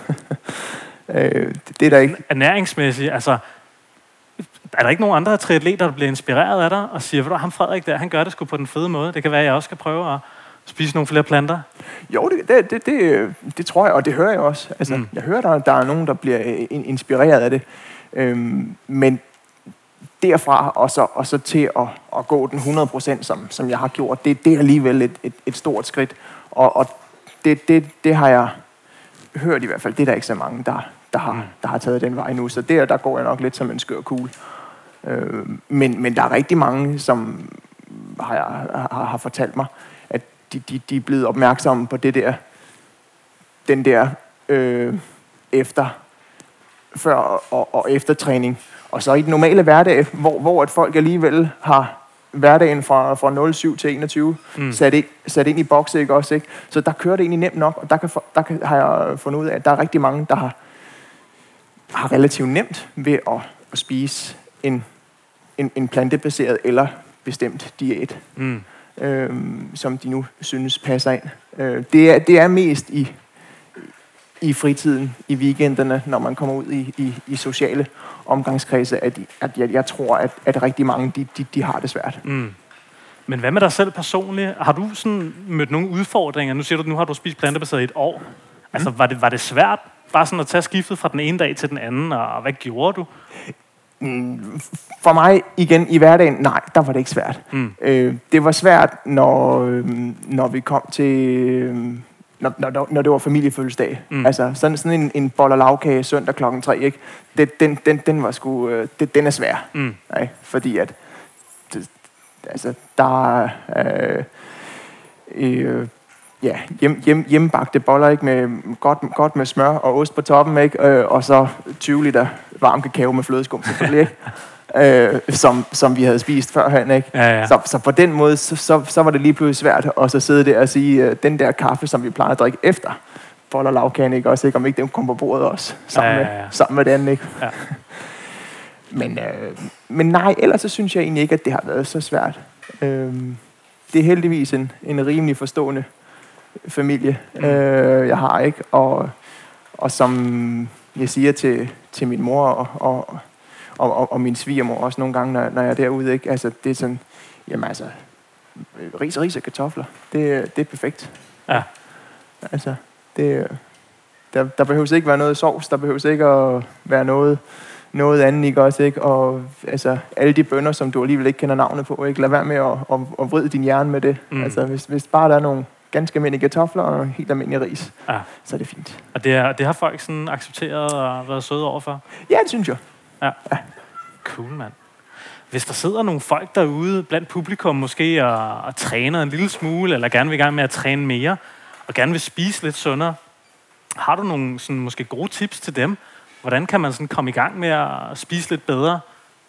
Øh, det er der ikke. Ernæringsmæssigt, altså, er der ikke nogen andre triatleter, der bliver inspireret af dig og siger, ved du, ham Frederik der, han gør det sgu på den fede måde. Det kan være, at jeg også skal prøve at spise nogle flere planter. Jo, det, det, det, det, det tror jeg, og det hører jeg også. Altså, mm. Jeg hører, der, der er nogen, der bliver inspireret af det. Øhm, men derfra og så, og så til at, at gå den hundrede procent, som, som jeg har gjort, det, det er alligevel et, et, et stort skridt. Og, og det, det, det har jeg hørt i hvert fald. Det er der ikke så mange, der Der har, mm. der har taget den vej nu, så der, der går jeg nok lidt som en skør kugle. Øh, men, men der er rigtig mange, som har, har, har fortalt mig, at de, de, de er blevet opmærksomme på det der, den der øh, efter, før og, og eftertræning. Og så i den normale hverdag, hvor, hvor at folk alligevel har hverdagen fra, fra nul syv til enogtyve mm. sat, ind, sat ind i bokse, ikke også, ikke? Så der kører det egentlig nemt nok, og der, kan, der kan, har jeg fundet ud af, at der er rigtig mange, der har har relativt nemt ved at, at spise en, en, en plantebaseret eller bestemt diæt, mm. øhm, som de nu synes passer ind. Øh, det, er, det er mest i, i fritiden, i weekenderne, når man kommer ud i, i, i sociale omgangskredse, at, at jeg, jeg tror, at, at rigtig mange de, de, de har det svært. Mm. Men hvad med dig selv personligt? Har du sådan mødt nogle udfordringer? Nu siger du, at nu har du spist plantebaseret i et år. Altså, mm. var det, var det svært? Bare sådan at tage skiftet fra den ene dag til den anden, og hvad gjorde du? For mig igen i hverdagen, nej, der var det ikke svært. Mm. Øh, det var svært, når, øh, når vi kom til... Øh, når, når, når det var familiefødselsdag. Mm. Altså sådan, sådan en, en bolle og lavkage søndag klokken tre, ikke? Det, den, den, den var sgu... Øh, det, den er svær. Mm. Nej, fordi at... Det, altså, der er... Øh, øh, ja, hjem, hjem, hjemmebagte boller, ikke? Med, godt, godt med smør og ost på toppen, ikke? Øh, og så tyve liter varm kakao med flødeskum, selvfølgelig, ikke? Øh, som, som vi havde spist førhen, ikke? Ja, ja. Så, så på den måde, så, så, så var det lige pludselig svært at så sidde der og sige, øh, den der kaffe, som vi plejer at drikke efter boller og lavkagen, ikke? Også, ikke? Om ikke den kom på bordet også, sammen, ja, ja, ja. Med, sammen med den, ikke? Ja. men, øh, men nej, ellers så synes jeg egentlig ikke, at det har været så svært. Øh, det er heldigvis en, en rimelig forstående familie, mm. øh, jeg har, ikke? Og, og som jeg siger til, til min mor og, og, og, og min svigermor også nogle gange, når, når jeg er derude, ikke? Altså, det er sådan, jamen altså, ris, ris og kartofler, det, det er perfekt. Ja. Altså, det, der, der behøves ikke være noget sovs, der behøves ikke at være noget, noget andet, ikke også, ikke? Og altså, alle de bønner, som du alligevel ikke kender navnet på, ikke? Lad være med at, at, at vride din hjerne med det. Mm. Altså, hvis, hvis bare der er nogle ganske almindelige kartofler og helt almindelig ris, ja. Så er det fint. Og det, er, det har folk sådan accepteret og været søde overfor? Ja, det synes jeg. Ja. Ja. Cool, mand. Hvis der sidder nogle folk derude blandt publikum måske og, og træner en lille smule, eller gerne vil i gang med at træne mere, og gerne vil spise lidt sundere, har du nogle sådan, måske gode tips til dem? Hvordan kan man sådan komme i gang med at spise lidt bedre?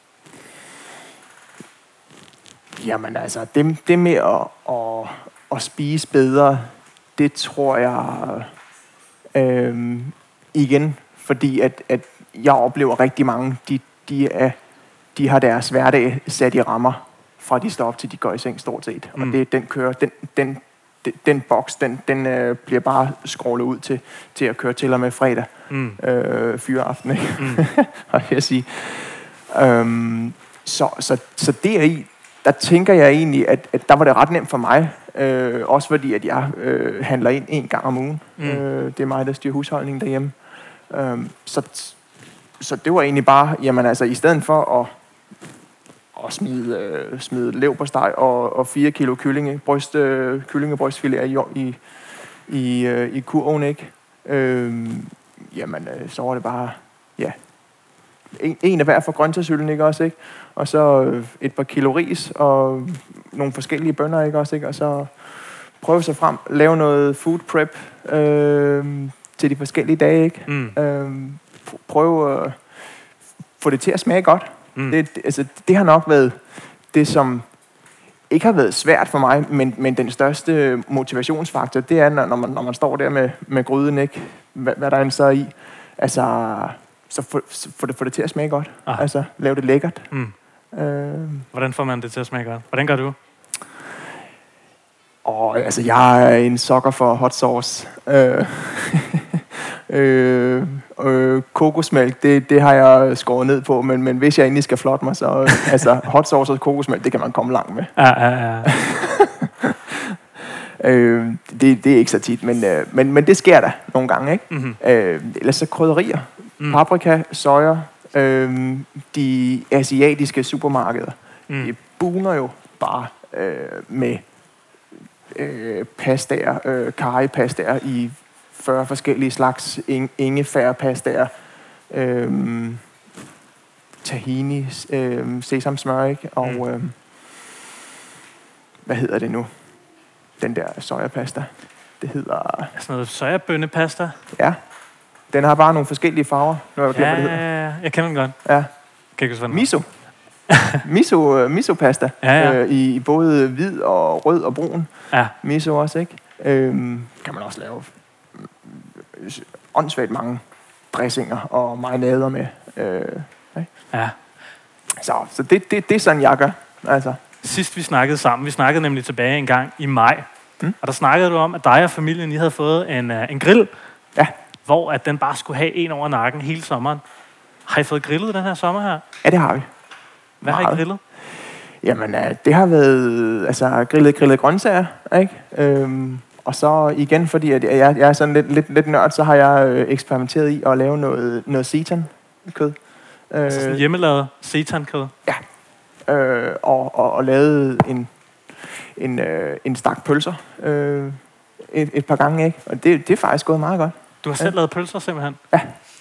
Jamen altså, det, det med at, at, at spise bedre, det tror jeg øh, igen, fordi at, at jeg oplever rigtig mange, de, de, er, de har deres hverdag sat i rammer, fra de står op til de går i seng stort set. Mm. Og det, den kører, den, den, den, den boks, den, den øh, bliver bare scrollet ud til, til at køre til og med fredag. Mm. Øh, fyreaften, ikke? Mm. Og jeg sige. Øhm, så, så, så deri, der tænker jeg egentlig, at, at der var det ret nemt for mig. Øh, også fordi, at jeg øh, handler ind en gang om ugen. Mm. Øh, det er mig, der styrer husholdningen derhjemme. Øh, så, så det var egentlig bare, jamen altså, i stedet for at, at smide, øh, smide leverpostej og, og fire kilo kyllinge, bryst, øh, kyllingebrystfilet i, i, i, øh, i kurven, ikke? Øh, jamen, øh, så var det bare, ja, en, en af hver for grøntsagshylden, ikke også, ikke? Og så øh, et par kilo ris og nogle forskellige bønner, ikke også, ikke? Og så prøve sig frem, lave noget food prep øh, til de forskellige dage, ikke? Mm. Øh, prøve at få det til at smage godt. Mm. Det, det, altså, det har nok været det, som ikke har været svært for mig, men, men den største motivationsfaktor, det er, når man, når man står der med, med gryden, ikke? Hvad, hvad der er så i. Altså, så få for det, for det til at smage godt. Ah. Altså, lave det lækkert. Mm. Øh. Hvordan får man det til at smage godt? Hvordan gør du? Og altså, jeg er en sokker for hot sauce. Øh. øh, øh, kokosmælk, det, det har jeg skåret ned på, men, men hvis jeg egentlig skal flotte mig, så altså, hot sauce og kokosmælk, det kan man komme langt med. Ja, ja, ja. øh, det, det er ikke så tit, men, øh, men, men det sker der nogle gange, ikke? Mm-hmm. Øh, ellers så krydderier. Mm. Paprika, soja, øh, de asiatiske supermarkeder, mm. de buner jo bare øh, med øh, pastaer, øh, currypastaer i fyrre forskellige slags ingefærpastaer, øh, tahini, øh, sesamsmør, ikke? Og mm. øh, hvad hedder det nu? Den der sojapasta. Det hedder... Sådan noget sojabønnepasta? Ja. Den har bare nogle forskellige farver. Nu har jeg ja, glemt, hvad det hedder. Ja, jeg kender den godt. Ja. Kan ikke miso. miso, miso-pasta. Ja, ja. Øh, I både hvid og rød og brun. Ja. Miso også, ikke? Øhm, kan man også lave åndssvagt mange dressinger og marinader med. Øh, ja. Så, så det, det, det er sådan, jeg gør. Altså. Sidst vi snakkede sammen, vi snakkede nemlig tilbage en gang i maj, mm. og der snakkede du om, at dig og familien, I havde fået en, uh, en grill, ja. Hvor at den bare skulle have en over nakken hele sommeren. Har I fået grillet den her sommer her? Ja, det har vi. Hvad Meget. har I grillet? Jamen, uh, det har været altså, grillet, grillet grøntsager, ikke? Øhm, og så igen, fordi at jeg, jeg er sådan lidt, lidt, lidt nørd, så har jeg øh, eksperimenteret i at lave noget, noget seitan-kød. Øh, altså sådan hjemmelavet seitan-kød? Ja. Øh, og, og, og lavede en, en, øh, en stak pølser øh, et, et par gange, ikke? Og det, det er faktisk gået meget godt. Du har selv ja. lavet pølser, simpelthen? Ja.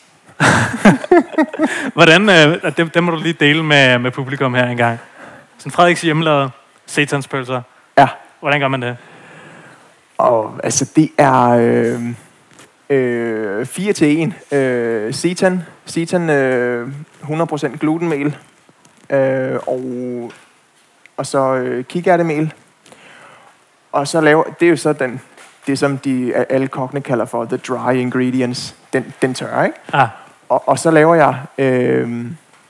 Hvordan, øh, det, det må du lige dele med, med publikum her engang. Sådan Frederiks hjemmelavede seitanspølser. Ja. Hvordan gør man det? Og altså, det er øh, øh, fire til en. Øh, seitan, seitan øh, hundrede procent glutenmel. Øh, og, og så øh, kikærtemel. Og så laver, det er jo så den, det som de alle kokkene kalder for the dry ingredients. Den, den tørre, ikke? Ah. Og, og så laver jeg øh,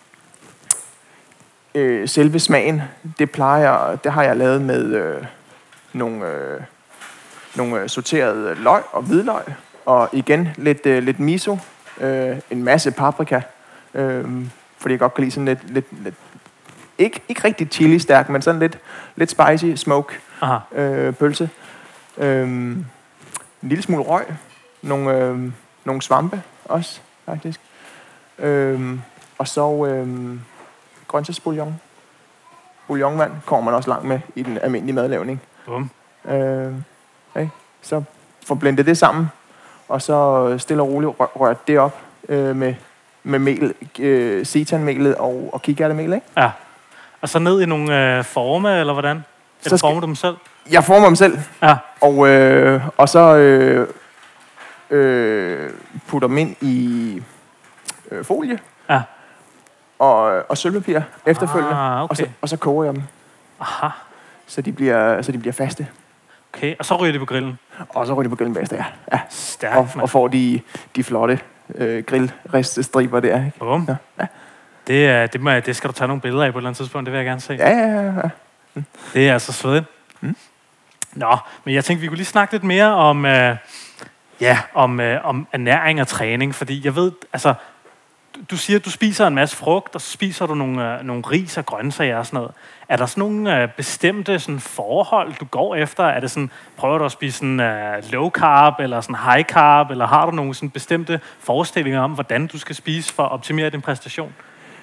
øh, selve smagen. Det plejer jeg, det har jeg lavet med øh, nogle, øh, nogle sorterede løg og hvidløg. Og igen lidt, øh, lidt miso. Øh, en masse paprika. Øh, fordi jeg godt kan lide sådan lidt, lidt, lidt ikke, ikke rigtig chili stærk, men sådan lidt, lidt spicy smoke øh, pølse. Øh, en lille smule røg. Nogle, øh, nogle svampe også, faktisk. Øhm, og så øhm, grøntsagsbouillon. Bouillonvand kommer man også langt med i den almindelige madlavning. Bum. Øhm, okay. Så får blendet det sammen, og så stille og roligt rør, rørt det op øh, med, med mel, øh, seitanmelet og, og kikærtemel, ikke? Ja. Og så ned i nogle øh, forme, eller hvordan? Eller så former du dem selv? Jeg former dem selv. Ja. Og, øh, og så øh, øh, putter dem ind i øh, folie. Ja. Og, og sølvpapir efterfølgende. Ah, okay. og, så, og så koger jeg dem. Aha. Så de bliver, så de bliver faste. Okay, og så ryger de på grillen? Og så ryger de på grillen bagefter, ja. ja. Stærkt, og, og får de, de flotte øh, grillrestestriber der, ikke? Bum. Ja. Ja. Det, er, det, må, det skal du tage nogle billeder af på et eller andet tidspunkt, det vil jeg gerne se. Ja, ja, ja. Mm. Det er altså svedigt. Mm. Nå, men jeg tænkte, vi kunne lige snakke lidt mere om, øh, ja, om, øh, om ernæring og træning, fordi jeg ved, altså, du siger, at du spiser en masse frugt, og så spiser du nogle, øh, nogle ris og grøntsager og sådan noget. Er der sådan nogle øh, bestemte sådan, forhold, du går efter? Er det sådan, prøver du at spise sådan, øh, low carb eller sådan high carb, eller har du nogle sådan, bestemte forestillinger om, hvordan du skal spise for at optimere din præstation?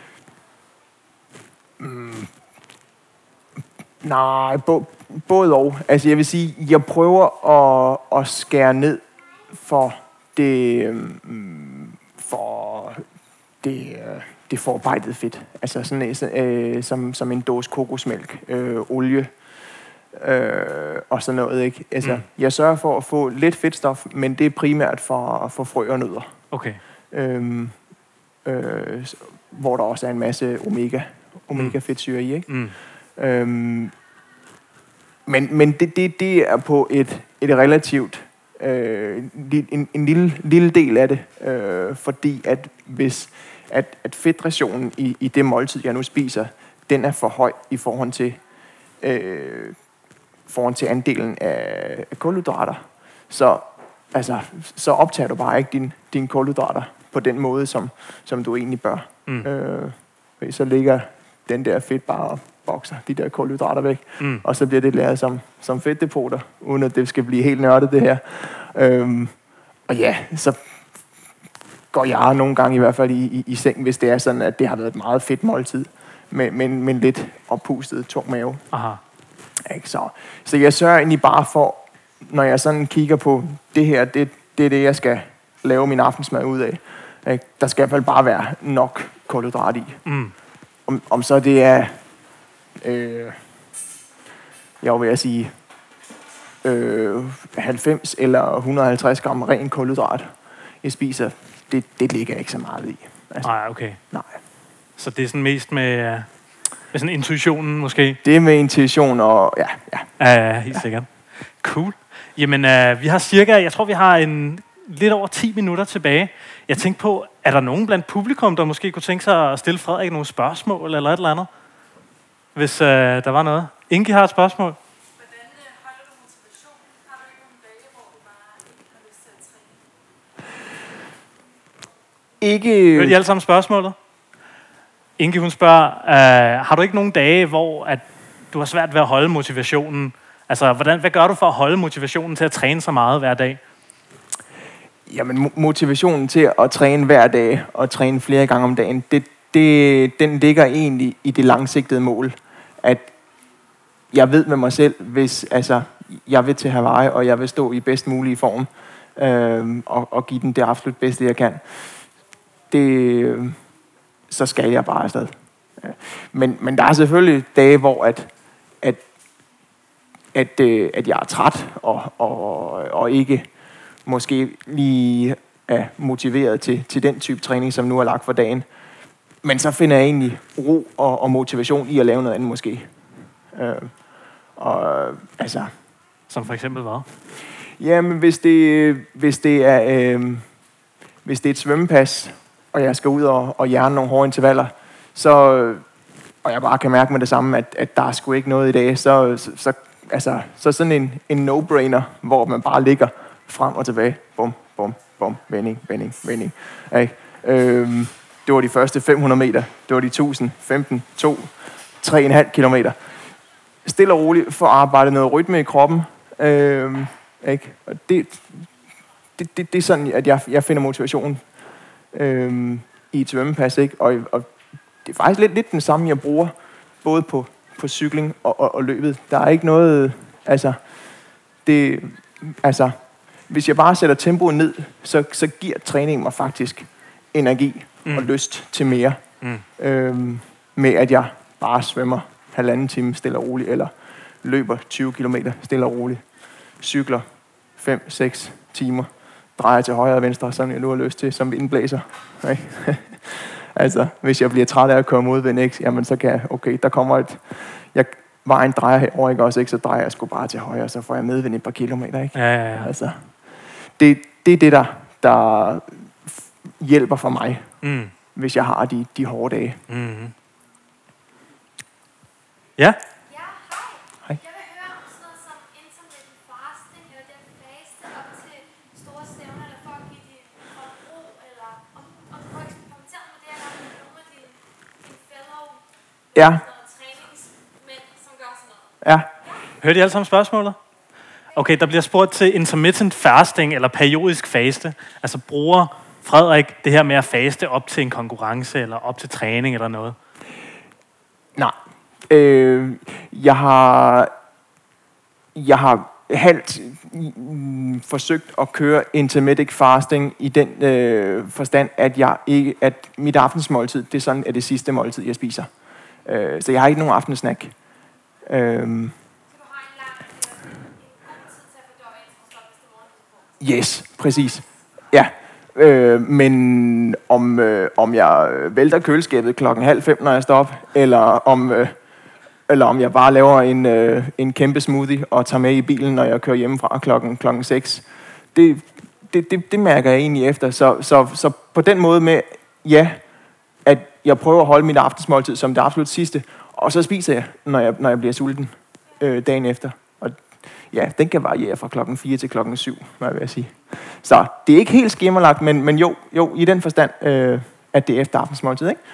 Mm. Nej, bo, både og. Altså jeg vil sige, jeg prøver at, at skære ned for det, um, for det, det forarbejdede fedt. Altså sådan, øh, som, som en dåse kokosmælk, øh, olie øh, og sådan noget. Ikke? Altså, mm. Jeg sørger for at få lidt fedtstof, men det er primært for, for frø og nødder. Okay. Øhm, øh, hvor der også er en masse omega, omega fedtsyre i. Ikke? Mm. Øhm, men men det, det, det er på et, et relativt øh, en, en lille, lille del af det, øh, fordi at hvis at, at fedtrationen i, i det måltid, jeg nu spiser, den er for høj i forhold til øh, forhold til andelen af, af kulhydrater, så altså så optager du bare ikke din dine kulhydrater på den måde, som som du egentlig bør. Mm. Øh, så ligger den der fedt bare og bokser de der kulhydrater væk, mm. og så bliver det lavet som, som fedtdepoter, uden at det skal blive helt nørdet det her. Øhm, og ja, så går jeg nogle gange i hvert fald i, i, i seng, hvis det er sådan, at det har været et meget fedt måltid, med, med, med en lidt oppustet tung mave. Aha. Ikke, så, så jeg sørger egentlig bare for, når jeg sådan kigger på det her, det, det er det, jeg skal lave min aftensmad ud af. Ikke? Der skal i hvert fald bare være nok kulhydrat i. Mm. Om, om så det er, øh, jeg vil sige, øh, halvfems eller et hundrede og halvtreds gram ren kulhydrat, jeg spiser, det, det ligger ikke så meget i. Altså, nej, okay. Nej. Så det er sådan mest med, med sådan intuitionen måske? Det er med intuition og ja. Ja, ja, ja helt ja. Sikkert. Cool. Jamen, øh, vi har cirka, jeg tror vi har en lidt over ti minutter tilbage. Jeg tænkte på, er der nogen blandt publikum, der måske kunne tænke sig at stille Frederik nogle spørgsmål eller et eller andet? Hvis øh, der var noget. Inge har et spørgsmål. Hvordan holder du motivationen? Har du ikke nogle dage, hvor du bare ikke har lyst til at træne? Ikke... Hørte I alle sammen spørgsmålet? Inge, hun spørger, øh, har du ikke nogen dage, hvor at du har svært ved at holde motivationen? Altså, hvordan, hvad gør du for at holde motivationen til at træne så meget hver dag? Jamen, motivationen til at træne hver dag og træne flere gange om dagen, det, det, den ligger egentlig i det langsigtede mål, at jeg ved med mig selv, hvis altså, jeg vil til Hawaii, og jeg vil stå i bedst mulig form, øh, og, og give den det absolut bedste, jeg kan, det, så skal jeg bare afsted. Men, men der er selvfølgelig dage, hvor at, at, at, øh, at jeg er træt, og, og, og ikke måske lige er motiveret til, til den type træning, som nu er lagt for dagen. Men så finder jeg egentlig ro og, og motivation i at lave noget andet måske. Øh, og altså... Som for eksempel hvad? Jamen, hvis det, hvis det er øh, hvis det er et svømmepas, og jeg skal ud og, og hjerne nogle hårde intervaller, så, og jeg bare kan mærke med det samme, at, at der er sgu ikke noget i dag, så, så, så, altså, så sådan en, en no-brainer, hvor man bare ligger frem og tilbage. Bum, bum, bum, vending, vending, vending. Okay. Øhm, det var de første fem hundrede meter. Det var de tusind, femten, to, tre komma fem kilometer. Stille og roligt for at arbejde noget rytme i kroppen. Øhm, ikke? Og det, det, det, det er sådan, at jeg, jeg finder motivation øhm, i et svømmepas. Ikke? Og, og det er faktisk lidt, lidt den samme, jeg bruger, både på, på cykling og, og, og løbet. Der er ikke noget... Altså, det, altså, hvis jeg bare sætter tempoet ned, så, så giver træningen mig faktisk energi mm. og lyst til mere. Mm. Øhm, med at jeg bare svømmer halvanden time stille og roligt, eller løber tyve kilometer stille og roligt, cykler fem seks timer, drejer til højre og venstre, som jeg nu har lyst til, som vindblæser. Okay? Altså, hvis jeg bliver træt af at køre modvind, ikke, jamen så kan jeg, okay, der kommer et, jeg vejen drejer herover, ikke også, ikke, så drejer jeg sgu bare til højre, så får jeg medvind et par kilometer, ikke? Ja, ja, ja. Altså, det, det er det, der, der hjælper for mig, mm. hvis jeg har de, de hårde dage. Mm. Ja? Ja, hej. Hej. Jeg vil høre om sådan noget som intermittent fasting, eller den faste op til store stævner, eller for at give dit krop ro, eller om, om du har eksperimenteret med det, eller med nogle af dine, dine fellow Ja. træningsmænd, som gør sådan noget. Ja. Hørte I alle sammen spørgsmålet? Okay, der bliver spurgt til intermittent fasting, eller periodisk faste. Altså bruger Frederik det her med at faste op til en konkurrence, eller op til træning, eller noget? Nej. Øh, jeg har jeg har halvt mm, forsøgt at køre intermittent fasting i den øh, forstand, at jeg ikke at mit aftensmåltid, det er sådan, at det sidste måltid jeg spiser. Øh, så jeg har ikke nogen aftensnack. Øh, Så du har en lang, øh, en god tid til at fordøje ind, og stoppe, hvis det morgen, du får. yes, præcis. Ja. Øh, men om øh, om jeg vælter køleskabet klokken halv fem, når jeg står op, eller om øh, eller om jeg bare laver en, øh, en kæmpe smoothie og tager med i bilen, når jeg kører hjemmefra klokken, klokken seks. Det, det, det, det mærker jeg egentlig efter. Så, så, så på den måde med, ja, at jeg prøver at holde mit aftensmåltid som det absolut sidste, og så spiser jeg, når jeg, når jeg bliver sulten øh, dagen efter. Og ja, den kan variere fra klokken fire til klokken syv, hvad vil jeg sige. Så det er ikke helt skemmerlagt, men, men jo, jo, i den forstand, øh, at det er efter aftensmåltid, ikke?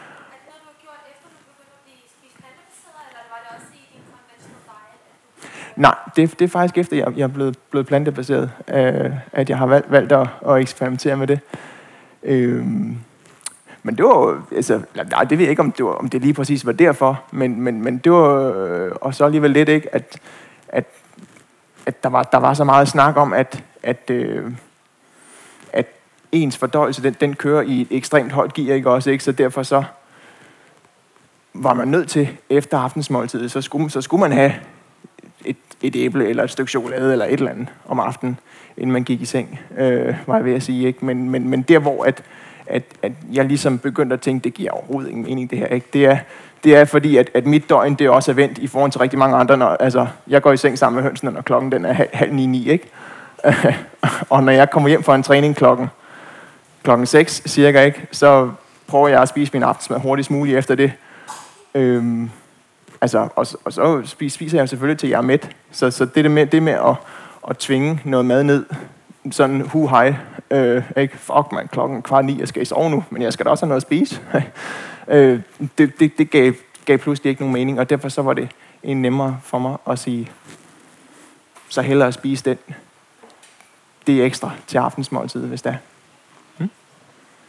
Nej, det, det er faktisk efter, jeg, jeg er blevet, blevet plantebaseret, øh, at jeg har valgt, valgt at, at eksperimentere med det. Øh, men det var, altså, nej, det ved jeg ikke, om det, var, om det lige præcis var derfor, men, men, men det var, øh, og så alligevel lidt, ikke, at, at, at der, var, der var så meget snak om, at, at, øh, at ens fordøjelse, den, den kører i et ekstremt højt gear, ikke også, ikke, så derfor så var man nødt til, efter aftensmåltidet, så skulle, så skulle man have et, et æble eller et stykke chokolade eller et eller andet om aftenen, inden man gik i seng, øh, var jeg ved at sige, ikke? Men, men, men der, hvor at, at, at jeg ligesom begyndte at tænke, det giver overhovedet ingen mening, det her, ikke? Det er, det er fordi, at, at mit døgn, det er også er vendt i forhold til rigtig mange andre, når, altså, jeg går i seng sammen med hønsene, når klokken den er halv, halv ni, ni, ikke? Og når jeg kommer hjem fra en træning klokken, klokken seks, cirka, ikke? Så prøver jeg at spise min aftensmad hurtigst muligt efter det. Øhm, Altså, og, og så spiser jeg selvfølgelig til, jeg er mæt. Så, så det, med, det med at, at tvinge noget mad ned, sådan hu hej, øh, ikke? Fuck man, klokken kvart ni, jeg skal i sove nu, men jeg skal da også have noget at spise. øh, det det, det gav, gav pludselig ikke nogen mening, og derfor så var det en nemmere for mig at sige, så hellere at spise den, det ekstra til aftensmåltid, hvis det er. Hmm?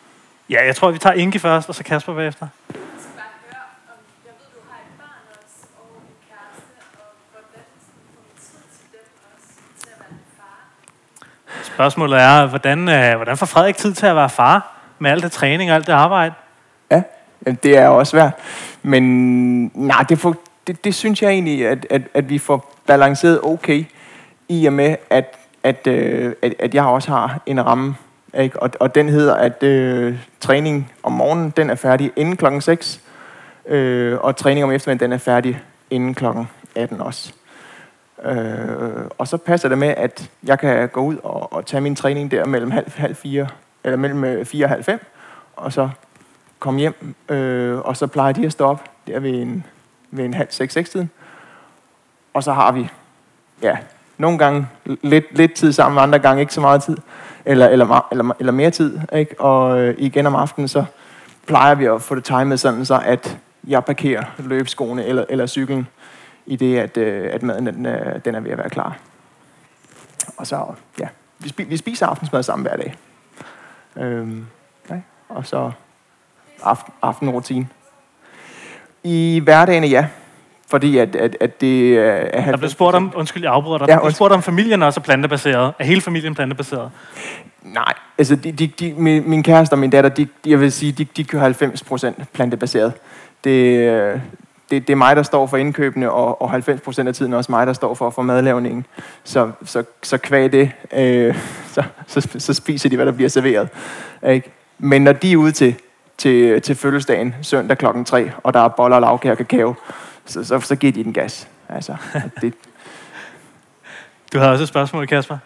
Ja, jeg tror, vi tager Inge først, og så Kasper bagefter. Jeg skal bare høre, om jeg ved, du har et barn også, og en kæreste, og hvordan får du tid til dem også, til at være far? Spørgsmålet er, hvordan, øh, hvordan får Frederik tid til at være far med alt det træning og alt det arbejde? Ja, det er også svært. Men nej, det, får, det, det synes jeg egentlig, at, at, at vi får balanceret okay, i og med, at, at, øh, at, at jeg også har en ramme. Ikke? Og, og den hedder, at øh, træning om morgenen, den er færdig inden klokken seks, øh, og træning om eftermiddagen, den er færdig inden klokken atten også. Øh, og så passer det med, at jeg kan gå ud og, og tage min træning der mellem halv, halv fire, eller mellem fire og halv fem, og så komme hjem, øh, og så plejer de at stå op der ved en, ved en halv seks, seks tiden. Og så har vi, ja, nogle gange lidt, lidt tid sammen, andre gange ikke så meget tid, eller, eller, eller, eller mere tid, ikke? Og øh, igen om aftenen, så plejer vi at få det timet sådan, så at jeg parkerer løbeskoene eller, eller cyklen, i det, at, øh, at maden den, øh, den er ved at være klar. Og så, ja, vi, spi- vi spiser aftensmad sammen hver dag. Øhm, ja, og så aften, aftenrutine. I hverdagen, ja. Fordi at, at, at det er... Der blev spurgt om, undskyld, jeg afbryder dig. Ja, Der blev spurgt om familien også er plantebaseret. Er hele familien plantebaseret? Nej, altså de, de, de, min, min kæreste og min datter, de, jeg vil sige, de, de kører halvfems procent plantebaseret. Det, det, det er mig, der står for indkøbene, og, og halvfems procent af tiden er også mig, der står for, for madlavningen. Så, så, så kvæg det, øh, så, så, så spiser de, hvad der bliver serveret. Ikke? Men når de er ude til, til, til fødselsdagen søndag klokken tre, og der er boller, lavkage og kakao, så, så, så giver de den gas. Altså, det. Du har også et spørgsmål, Kasper?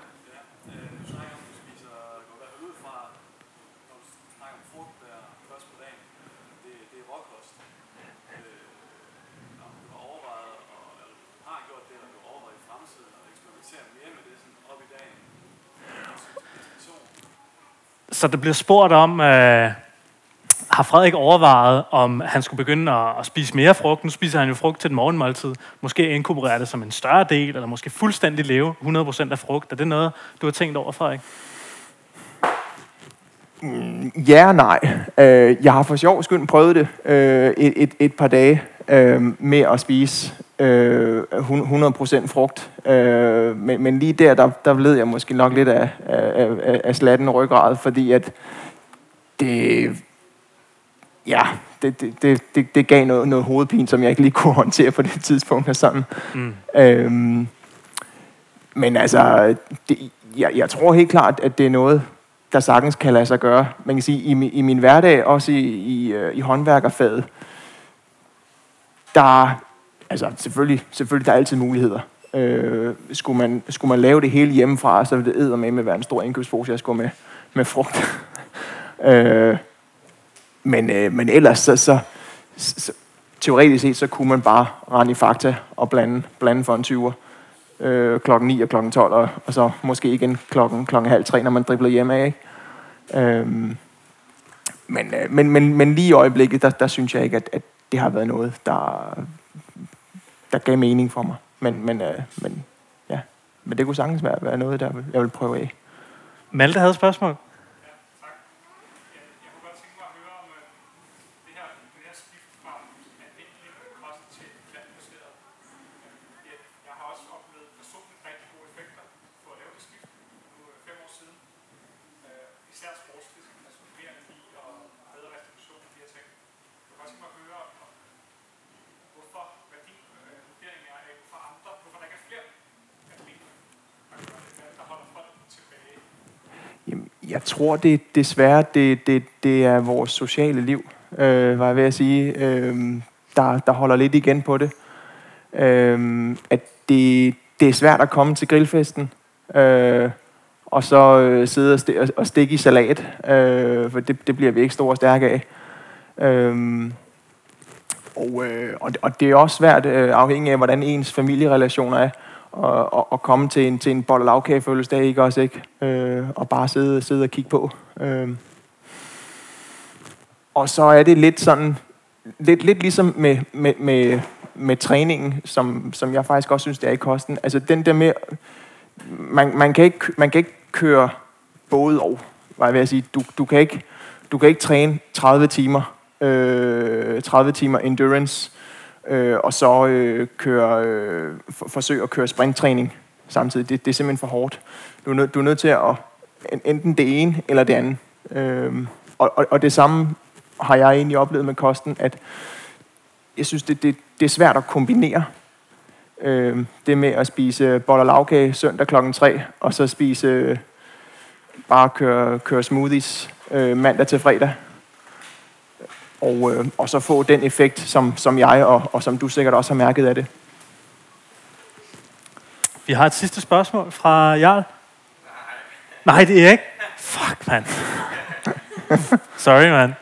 Så det bliver spurgt om, øh, har Frederik overvejet, om han skulle begynde at, at spise mere frugt? Nu spiser han jo frugt til den morgenmåltid. Måske inkorporere det som en større del, eller måske fuldstændig leve hundrede procent af frugt. Er det noget, du har tænkt over, Frederik? Mm, ja og nej. Uh, jeg har for sjov skyld prøvet det uh, et, et, et par dage uh, med at spise uh, hundrede procent frugt. Uh, men, men lige der, der, der led jeg måske nok lidt af, af, af, af slatten ryggrad, fordi at det... Ja, det, det, det, det, det gav noget, noget hovedpine, som jeg ikke lige kunne håndtere på det tidspunkt. Og sådan. Mm. Øhm, men altså, det, jeg, jeg tror helt klart, at det er noget, der sagtens kan lade sig gøre. Man kan sige, i, i min hverdag, også i, i, i håndværkerfaget, der altså selvfølgelig, selvfølgelig der er altid muligheder. Øh, skulle, man, skulle man lave det hele hjemmefra, så ville det eddermame være en stor indkøbspose, jeg skulle med, med frugt. øh, Men, øh, men ellers, så, så, så, teoretisk set, så kunne man bare rende i Fakta og blande, blande for en tyver øh, klokken ni og klokken tolv, og, og så måske igen klokken, klokken halv tre, når man dribler hjemme af. Ikke? Øhm, men, øh, men, men, men lige i øjeblikket, der, der synes jeg ikke, at, at det har været noget, der, der gav mening for mig. Men, men, øh, men, ja. men det kunne sagtens være, være noget, der jeg vil prøve af. Malte havde et spørgsmål. Jeg tror, det desværre, det, det, det er vores sociale liv, øh, var jeg ved at sige, øh, der, der holder lidt igen på det. Øh, at det, det er svært at komme til grillfesten, øh, og så øh, sidde og, st- og stikke i salat, øh, for det, det bliver vi ikke store og stærke af. Øh, og, øh, og, og det er også svært, øh, afhængig af, hvordan ens familierelationer er, Og, og, og komme til en, til en bolle lavkage fødselsdag, ikke også, ikke? Øh, og bare sidde, sidde og kigge på. Øh. Og så er det lidt sådan, lidt, lidt ligesom med, med, med, med træningen, som, som jeg faktisk også synes, det er i kosten. Altså den der med, man, man, kan, ikke, man kan ikke køre både og, hvad jeg vil sige. Du, du kan ikke du kan ikke træne tredive timer, øh, tredive timer endurance, øh, og så øh, køre, øh, for, forsøge at køre sprinttræning samtidig. Det, det er simpelthen for hårdt. Du er, nød, du er nødt til at enten det ene eller det andet. Øh, og, og, og det samme har jeg egentlig oplevet med kosten, at jeg synes, det, det, det er svært at kombinere øh, det med at spise boller og lavkage søndag klokken tre, og så spise øh, bare køre, køre smoothies øh, mandag til fredag. Og, øh, og så få den effekt, som, som jeg og, og som du sikkert også har mærket af det. Vi har et sidste spørgsmål fra Jarl. Nej. Nej, det er ikke. Fuck, mand. Sorry, mand.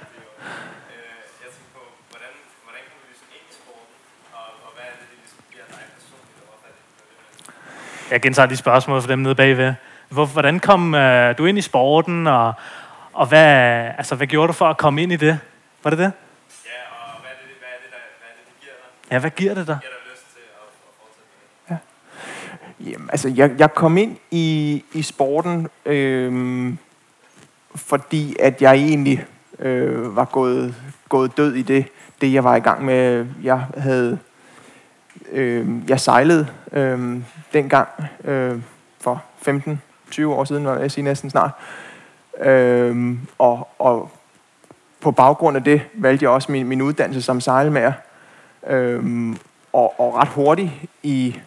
Jeg gentager de spørgsmål for dem nede bagved. Hvor, hvordan kom øh, du ind i sporten, og, og hvad, altså, hvad gjorde du for at komme ind i det? Var det det? Ja, og hvad er det, hvad er det, der, hvad er det, det giver dig? Ja, hvad giver det dig? Giver dig lyst til at, at fortsætte med det? Ja. Jamen, altså, jeg, jeg kom ind i, i sporten, øh, fordi at jeg egentlig øh, var gået, gået død i det, det, jeg var i gang med. Jeg havde... Øh, jeg sejlede øh, dengang øh, for femten tyve år siden, var jeg sige næsten snart. Øh, og, og på baggrund af det valgte jeg også min, min uddannelse som sejlmager. Øh, og, og ret hurtigt i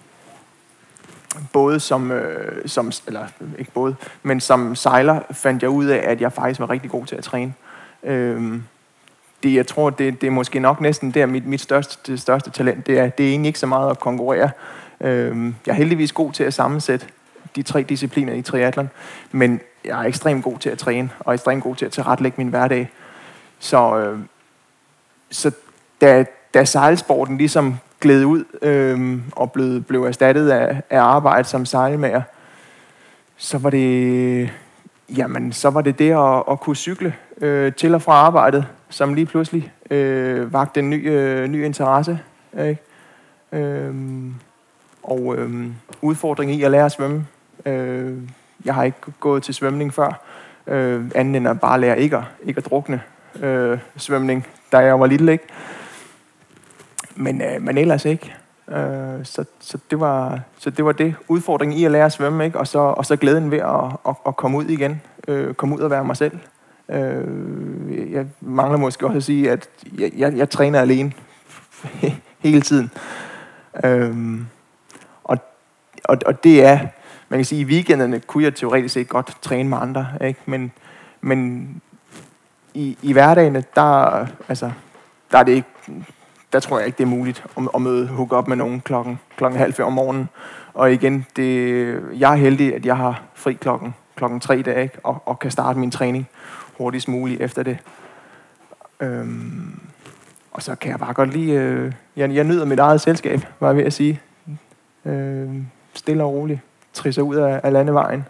både som, øh, som, eller ikke både, men som sejler fandt jeg ud af, at jeg faktisk var rigtig god til at træne. Øh, Det, jeg tror, det, det er måske nok næsten der mit, mit største, det største talent. Det er, det er egentlig ikke så meget at konkurrere. Øhm, jeg er heldigvis god til at sammensætte de tre discipliner i triathlon, men jeg er ekstremt god til at træne, og ekstremt god til at tilrettelægge min hverdag. Så, øh, så da, da sejlsporten ligesom gled ud øh, og blev, blev erstattet af, af arbejde som sejlmager, så var det... Jamen, så var det det at, at kunne cykle øh, til og fra arbejdet, som lige pludselig øh, vagte en ny, øh, ny interesse. Ikke? Øhm, og øh, udfordring i at lære at svømme. Øh, jeg har ikke gået til svømning før, øh, andet end at bare lære ikke at, ikke at drukne øh, svømning, da jeg var lille. Ikke? Men, øh, men ellers ikke. Øh, så, så, det var, så det var det. Udfordringen i at lære at svømme, ikke? Og, så, og så glæden ved at, at, at komme ud igen. Øh, komme ud og være mig selv. Øh, jeg mangler måske også at sige, at jeg, jeg, jeg træner alene hele tiden. Øh, og, og, og det er, man kan sige, i weekenderne kunne jeg teoretisk set godt træne med andre, ikke? Men, men i, i hverdagen, der, altså, der er det ikke... Der tror jeg ikke, det er muligt at, at møde, hook op med nogen klokken, klokken halv fem om morgenen. Og igen, det, jeg er heldig, at jeg har fri klokken, klokken tre dage, ikke? Og, og kan starte min træning hurtigst muligt efter det. Øhm, og så kan jeg bare godt lide, øh, jeg, jeg nyder mit eget selskab, var jeg ved at sige. Øh, stille og roligt, trisser ud af, af landevejen.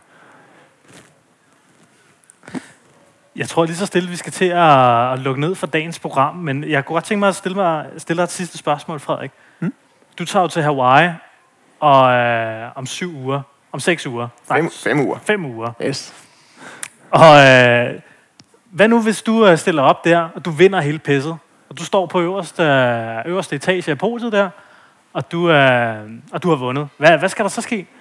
Jeg tror lige så stille, vi skal til at, at lukke ned for dagens program, men jeg kunne godt tænke mig at stille, mig, stille dig et sidste spørgsmål, Frederik. Hmm? Du tager jo til Hawaii og, øh, om syv uger, om seks uger. Nej, fem, fem uger. Fem uger. Yes. Og øh, hvad nu, hvis du øh, stiller op der, og du vinder hele pisset, og du står på øverste, øverste etage af podiet der, og du, øh, og du har vundet. Hvad, hvad skal der så ske?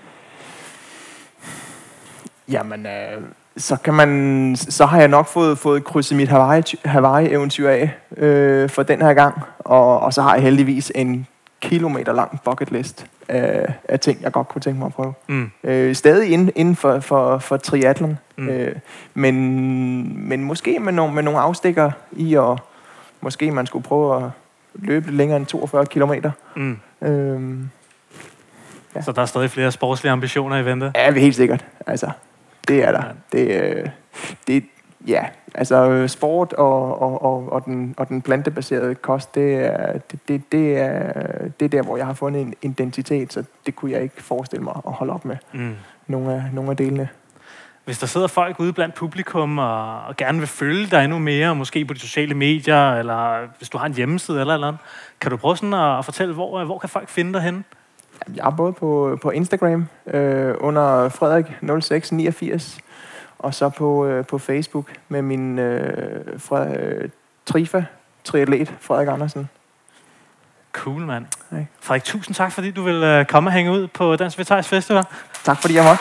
Jamen... Øh Så kan man, så har jeg nok fået fået krydset mit Hawaii Hawaii eventyr af øh, for den her gang, og, og så har jeg heldigvis en kilometer lang bucket list af, af ting jeg godt kunne tænke mig at prøve. Mm. Øh, stadig inden, inden for for for triathlon, mm. øh, men men måske med nogle med nogle afstikker i, og måske man skulle prøve at løbe lidt længere end toogfyrre kilometer. Mm. Øh, ja. Så der er stadig flere sportslige ambitioner i vente? Ja, vi helt sikkert. Altså. Det er der. Det, øh, det, ja, altså sport og, og, og, og, den, og den plantebaserede kost, det er, det, det, det, er, det er der, hvor jeg har fundet en identitet, så det kunne jeg ikke forestille mig at holde op med mm. nogle, af, nogle af delene. Hvis der sidder folk ude blandt publikum og, og gerne vil følge dig endnu mere, måske på de sociale medier, eller hvis du har en hjemmeside eller eller andet, kan du prøve sådan at, at fortælle, hvor, hvor kan folk finde dig henne? Jeg er både på, på Instagram øh, under Frederik nul seks niogfirs, og så på, øh, på Facebook med min øh, fra, øh, Trifa, triatlet Frederik Andersen. Cool, mand. Okay. Frederik, tusind tak, fordi du vil øh, komme og hænge ud på Dansk Vegetarisk Festival. Tak fordi jeg måtte.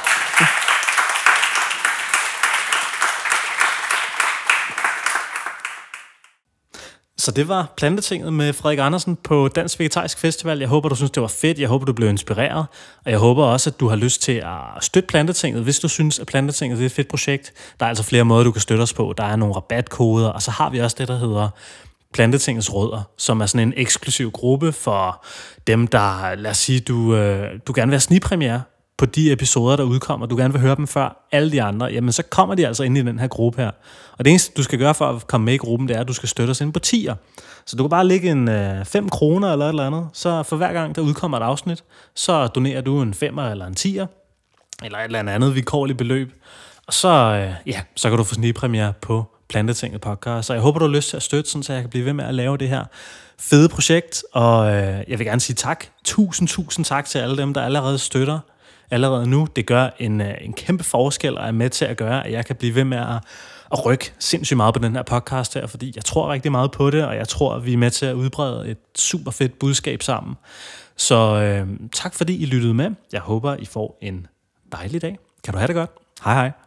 Så det var Plantetinget med Frederik Andersen på Dansk Vegetarisk Festival. Jeg håber, du synes, det var fedt. Jeg håber, du blev inspireret. Og jeg håber også, at du har lyst til at støtte Plantetinget, hvis du synes, at Plantetinget er et fedt projekt. Der er altså flere måder, du kan støtte os på. Der er nogle rabatkoder, og så har vi også det, der hedder Plantetingets Rødder, som er sådan en eksklusiv gruppe for dem, der, lad os sige, du, øh, du gerne vil have snigpremiere på de episoder, der udkommer, du gerne vil høre dem før alle de andre, jamen så kommer de altså ind i den her gruppe her. Og det eneste, du skal gøre for at komme med i gruppen, det er, at du skal støtte os ind på tier. Så du kan bare lægge en øh, fem kroner eller et eller andet, så for hver gang, der udkommer et afsnit, så donerer du en femmer eller en tier, eller et eller andet vilkårligt beløb. Og så, øh, ja, så kan du få snigpremiere på Plantetinget podcast. Så jeg håber, du har lyst til at støtte, sådan, så jeg kan blive ved med at lave det her fede projekt. Og øh, jeg vil gerne sige tak. Tusind, tusind tak til alle dem, der allerede støtter allerede nu. Det gør en, en kæmpe forskel, og er med til at gøre, at jeg kan blive ved med at, at rykke sindssygt meget på den her podcast her, fordi jeg tror rigtig meget på det, og jeg tror, at vi er med til at udbrede et super fedt budskab sammen. Så øh, tak fordi I lyttede med. Jeg håber, I får en dejlig dag. Kan du have det godt? Hej hej.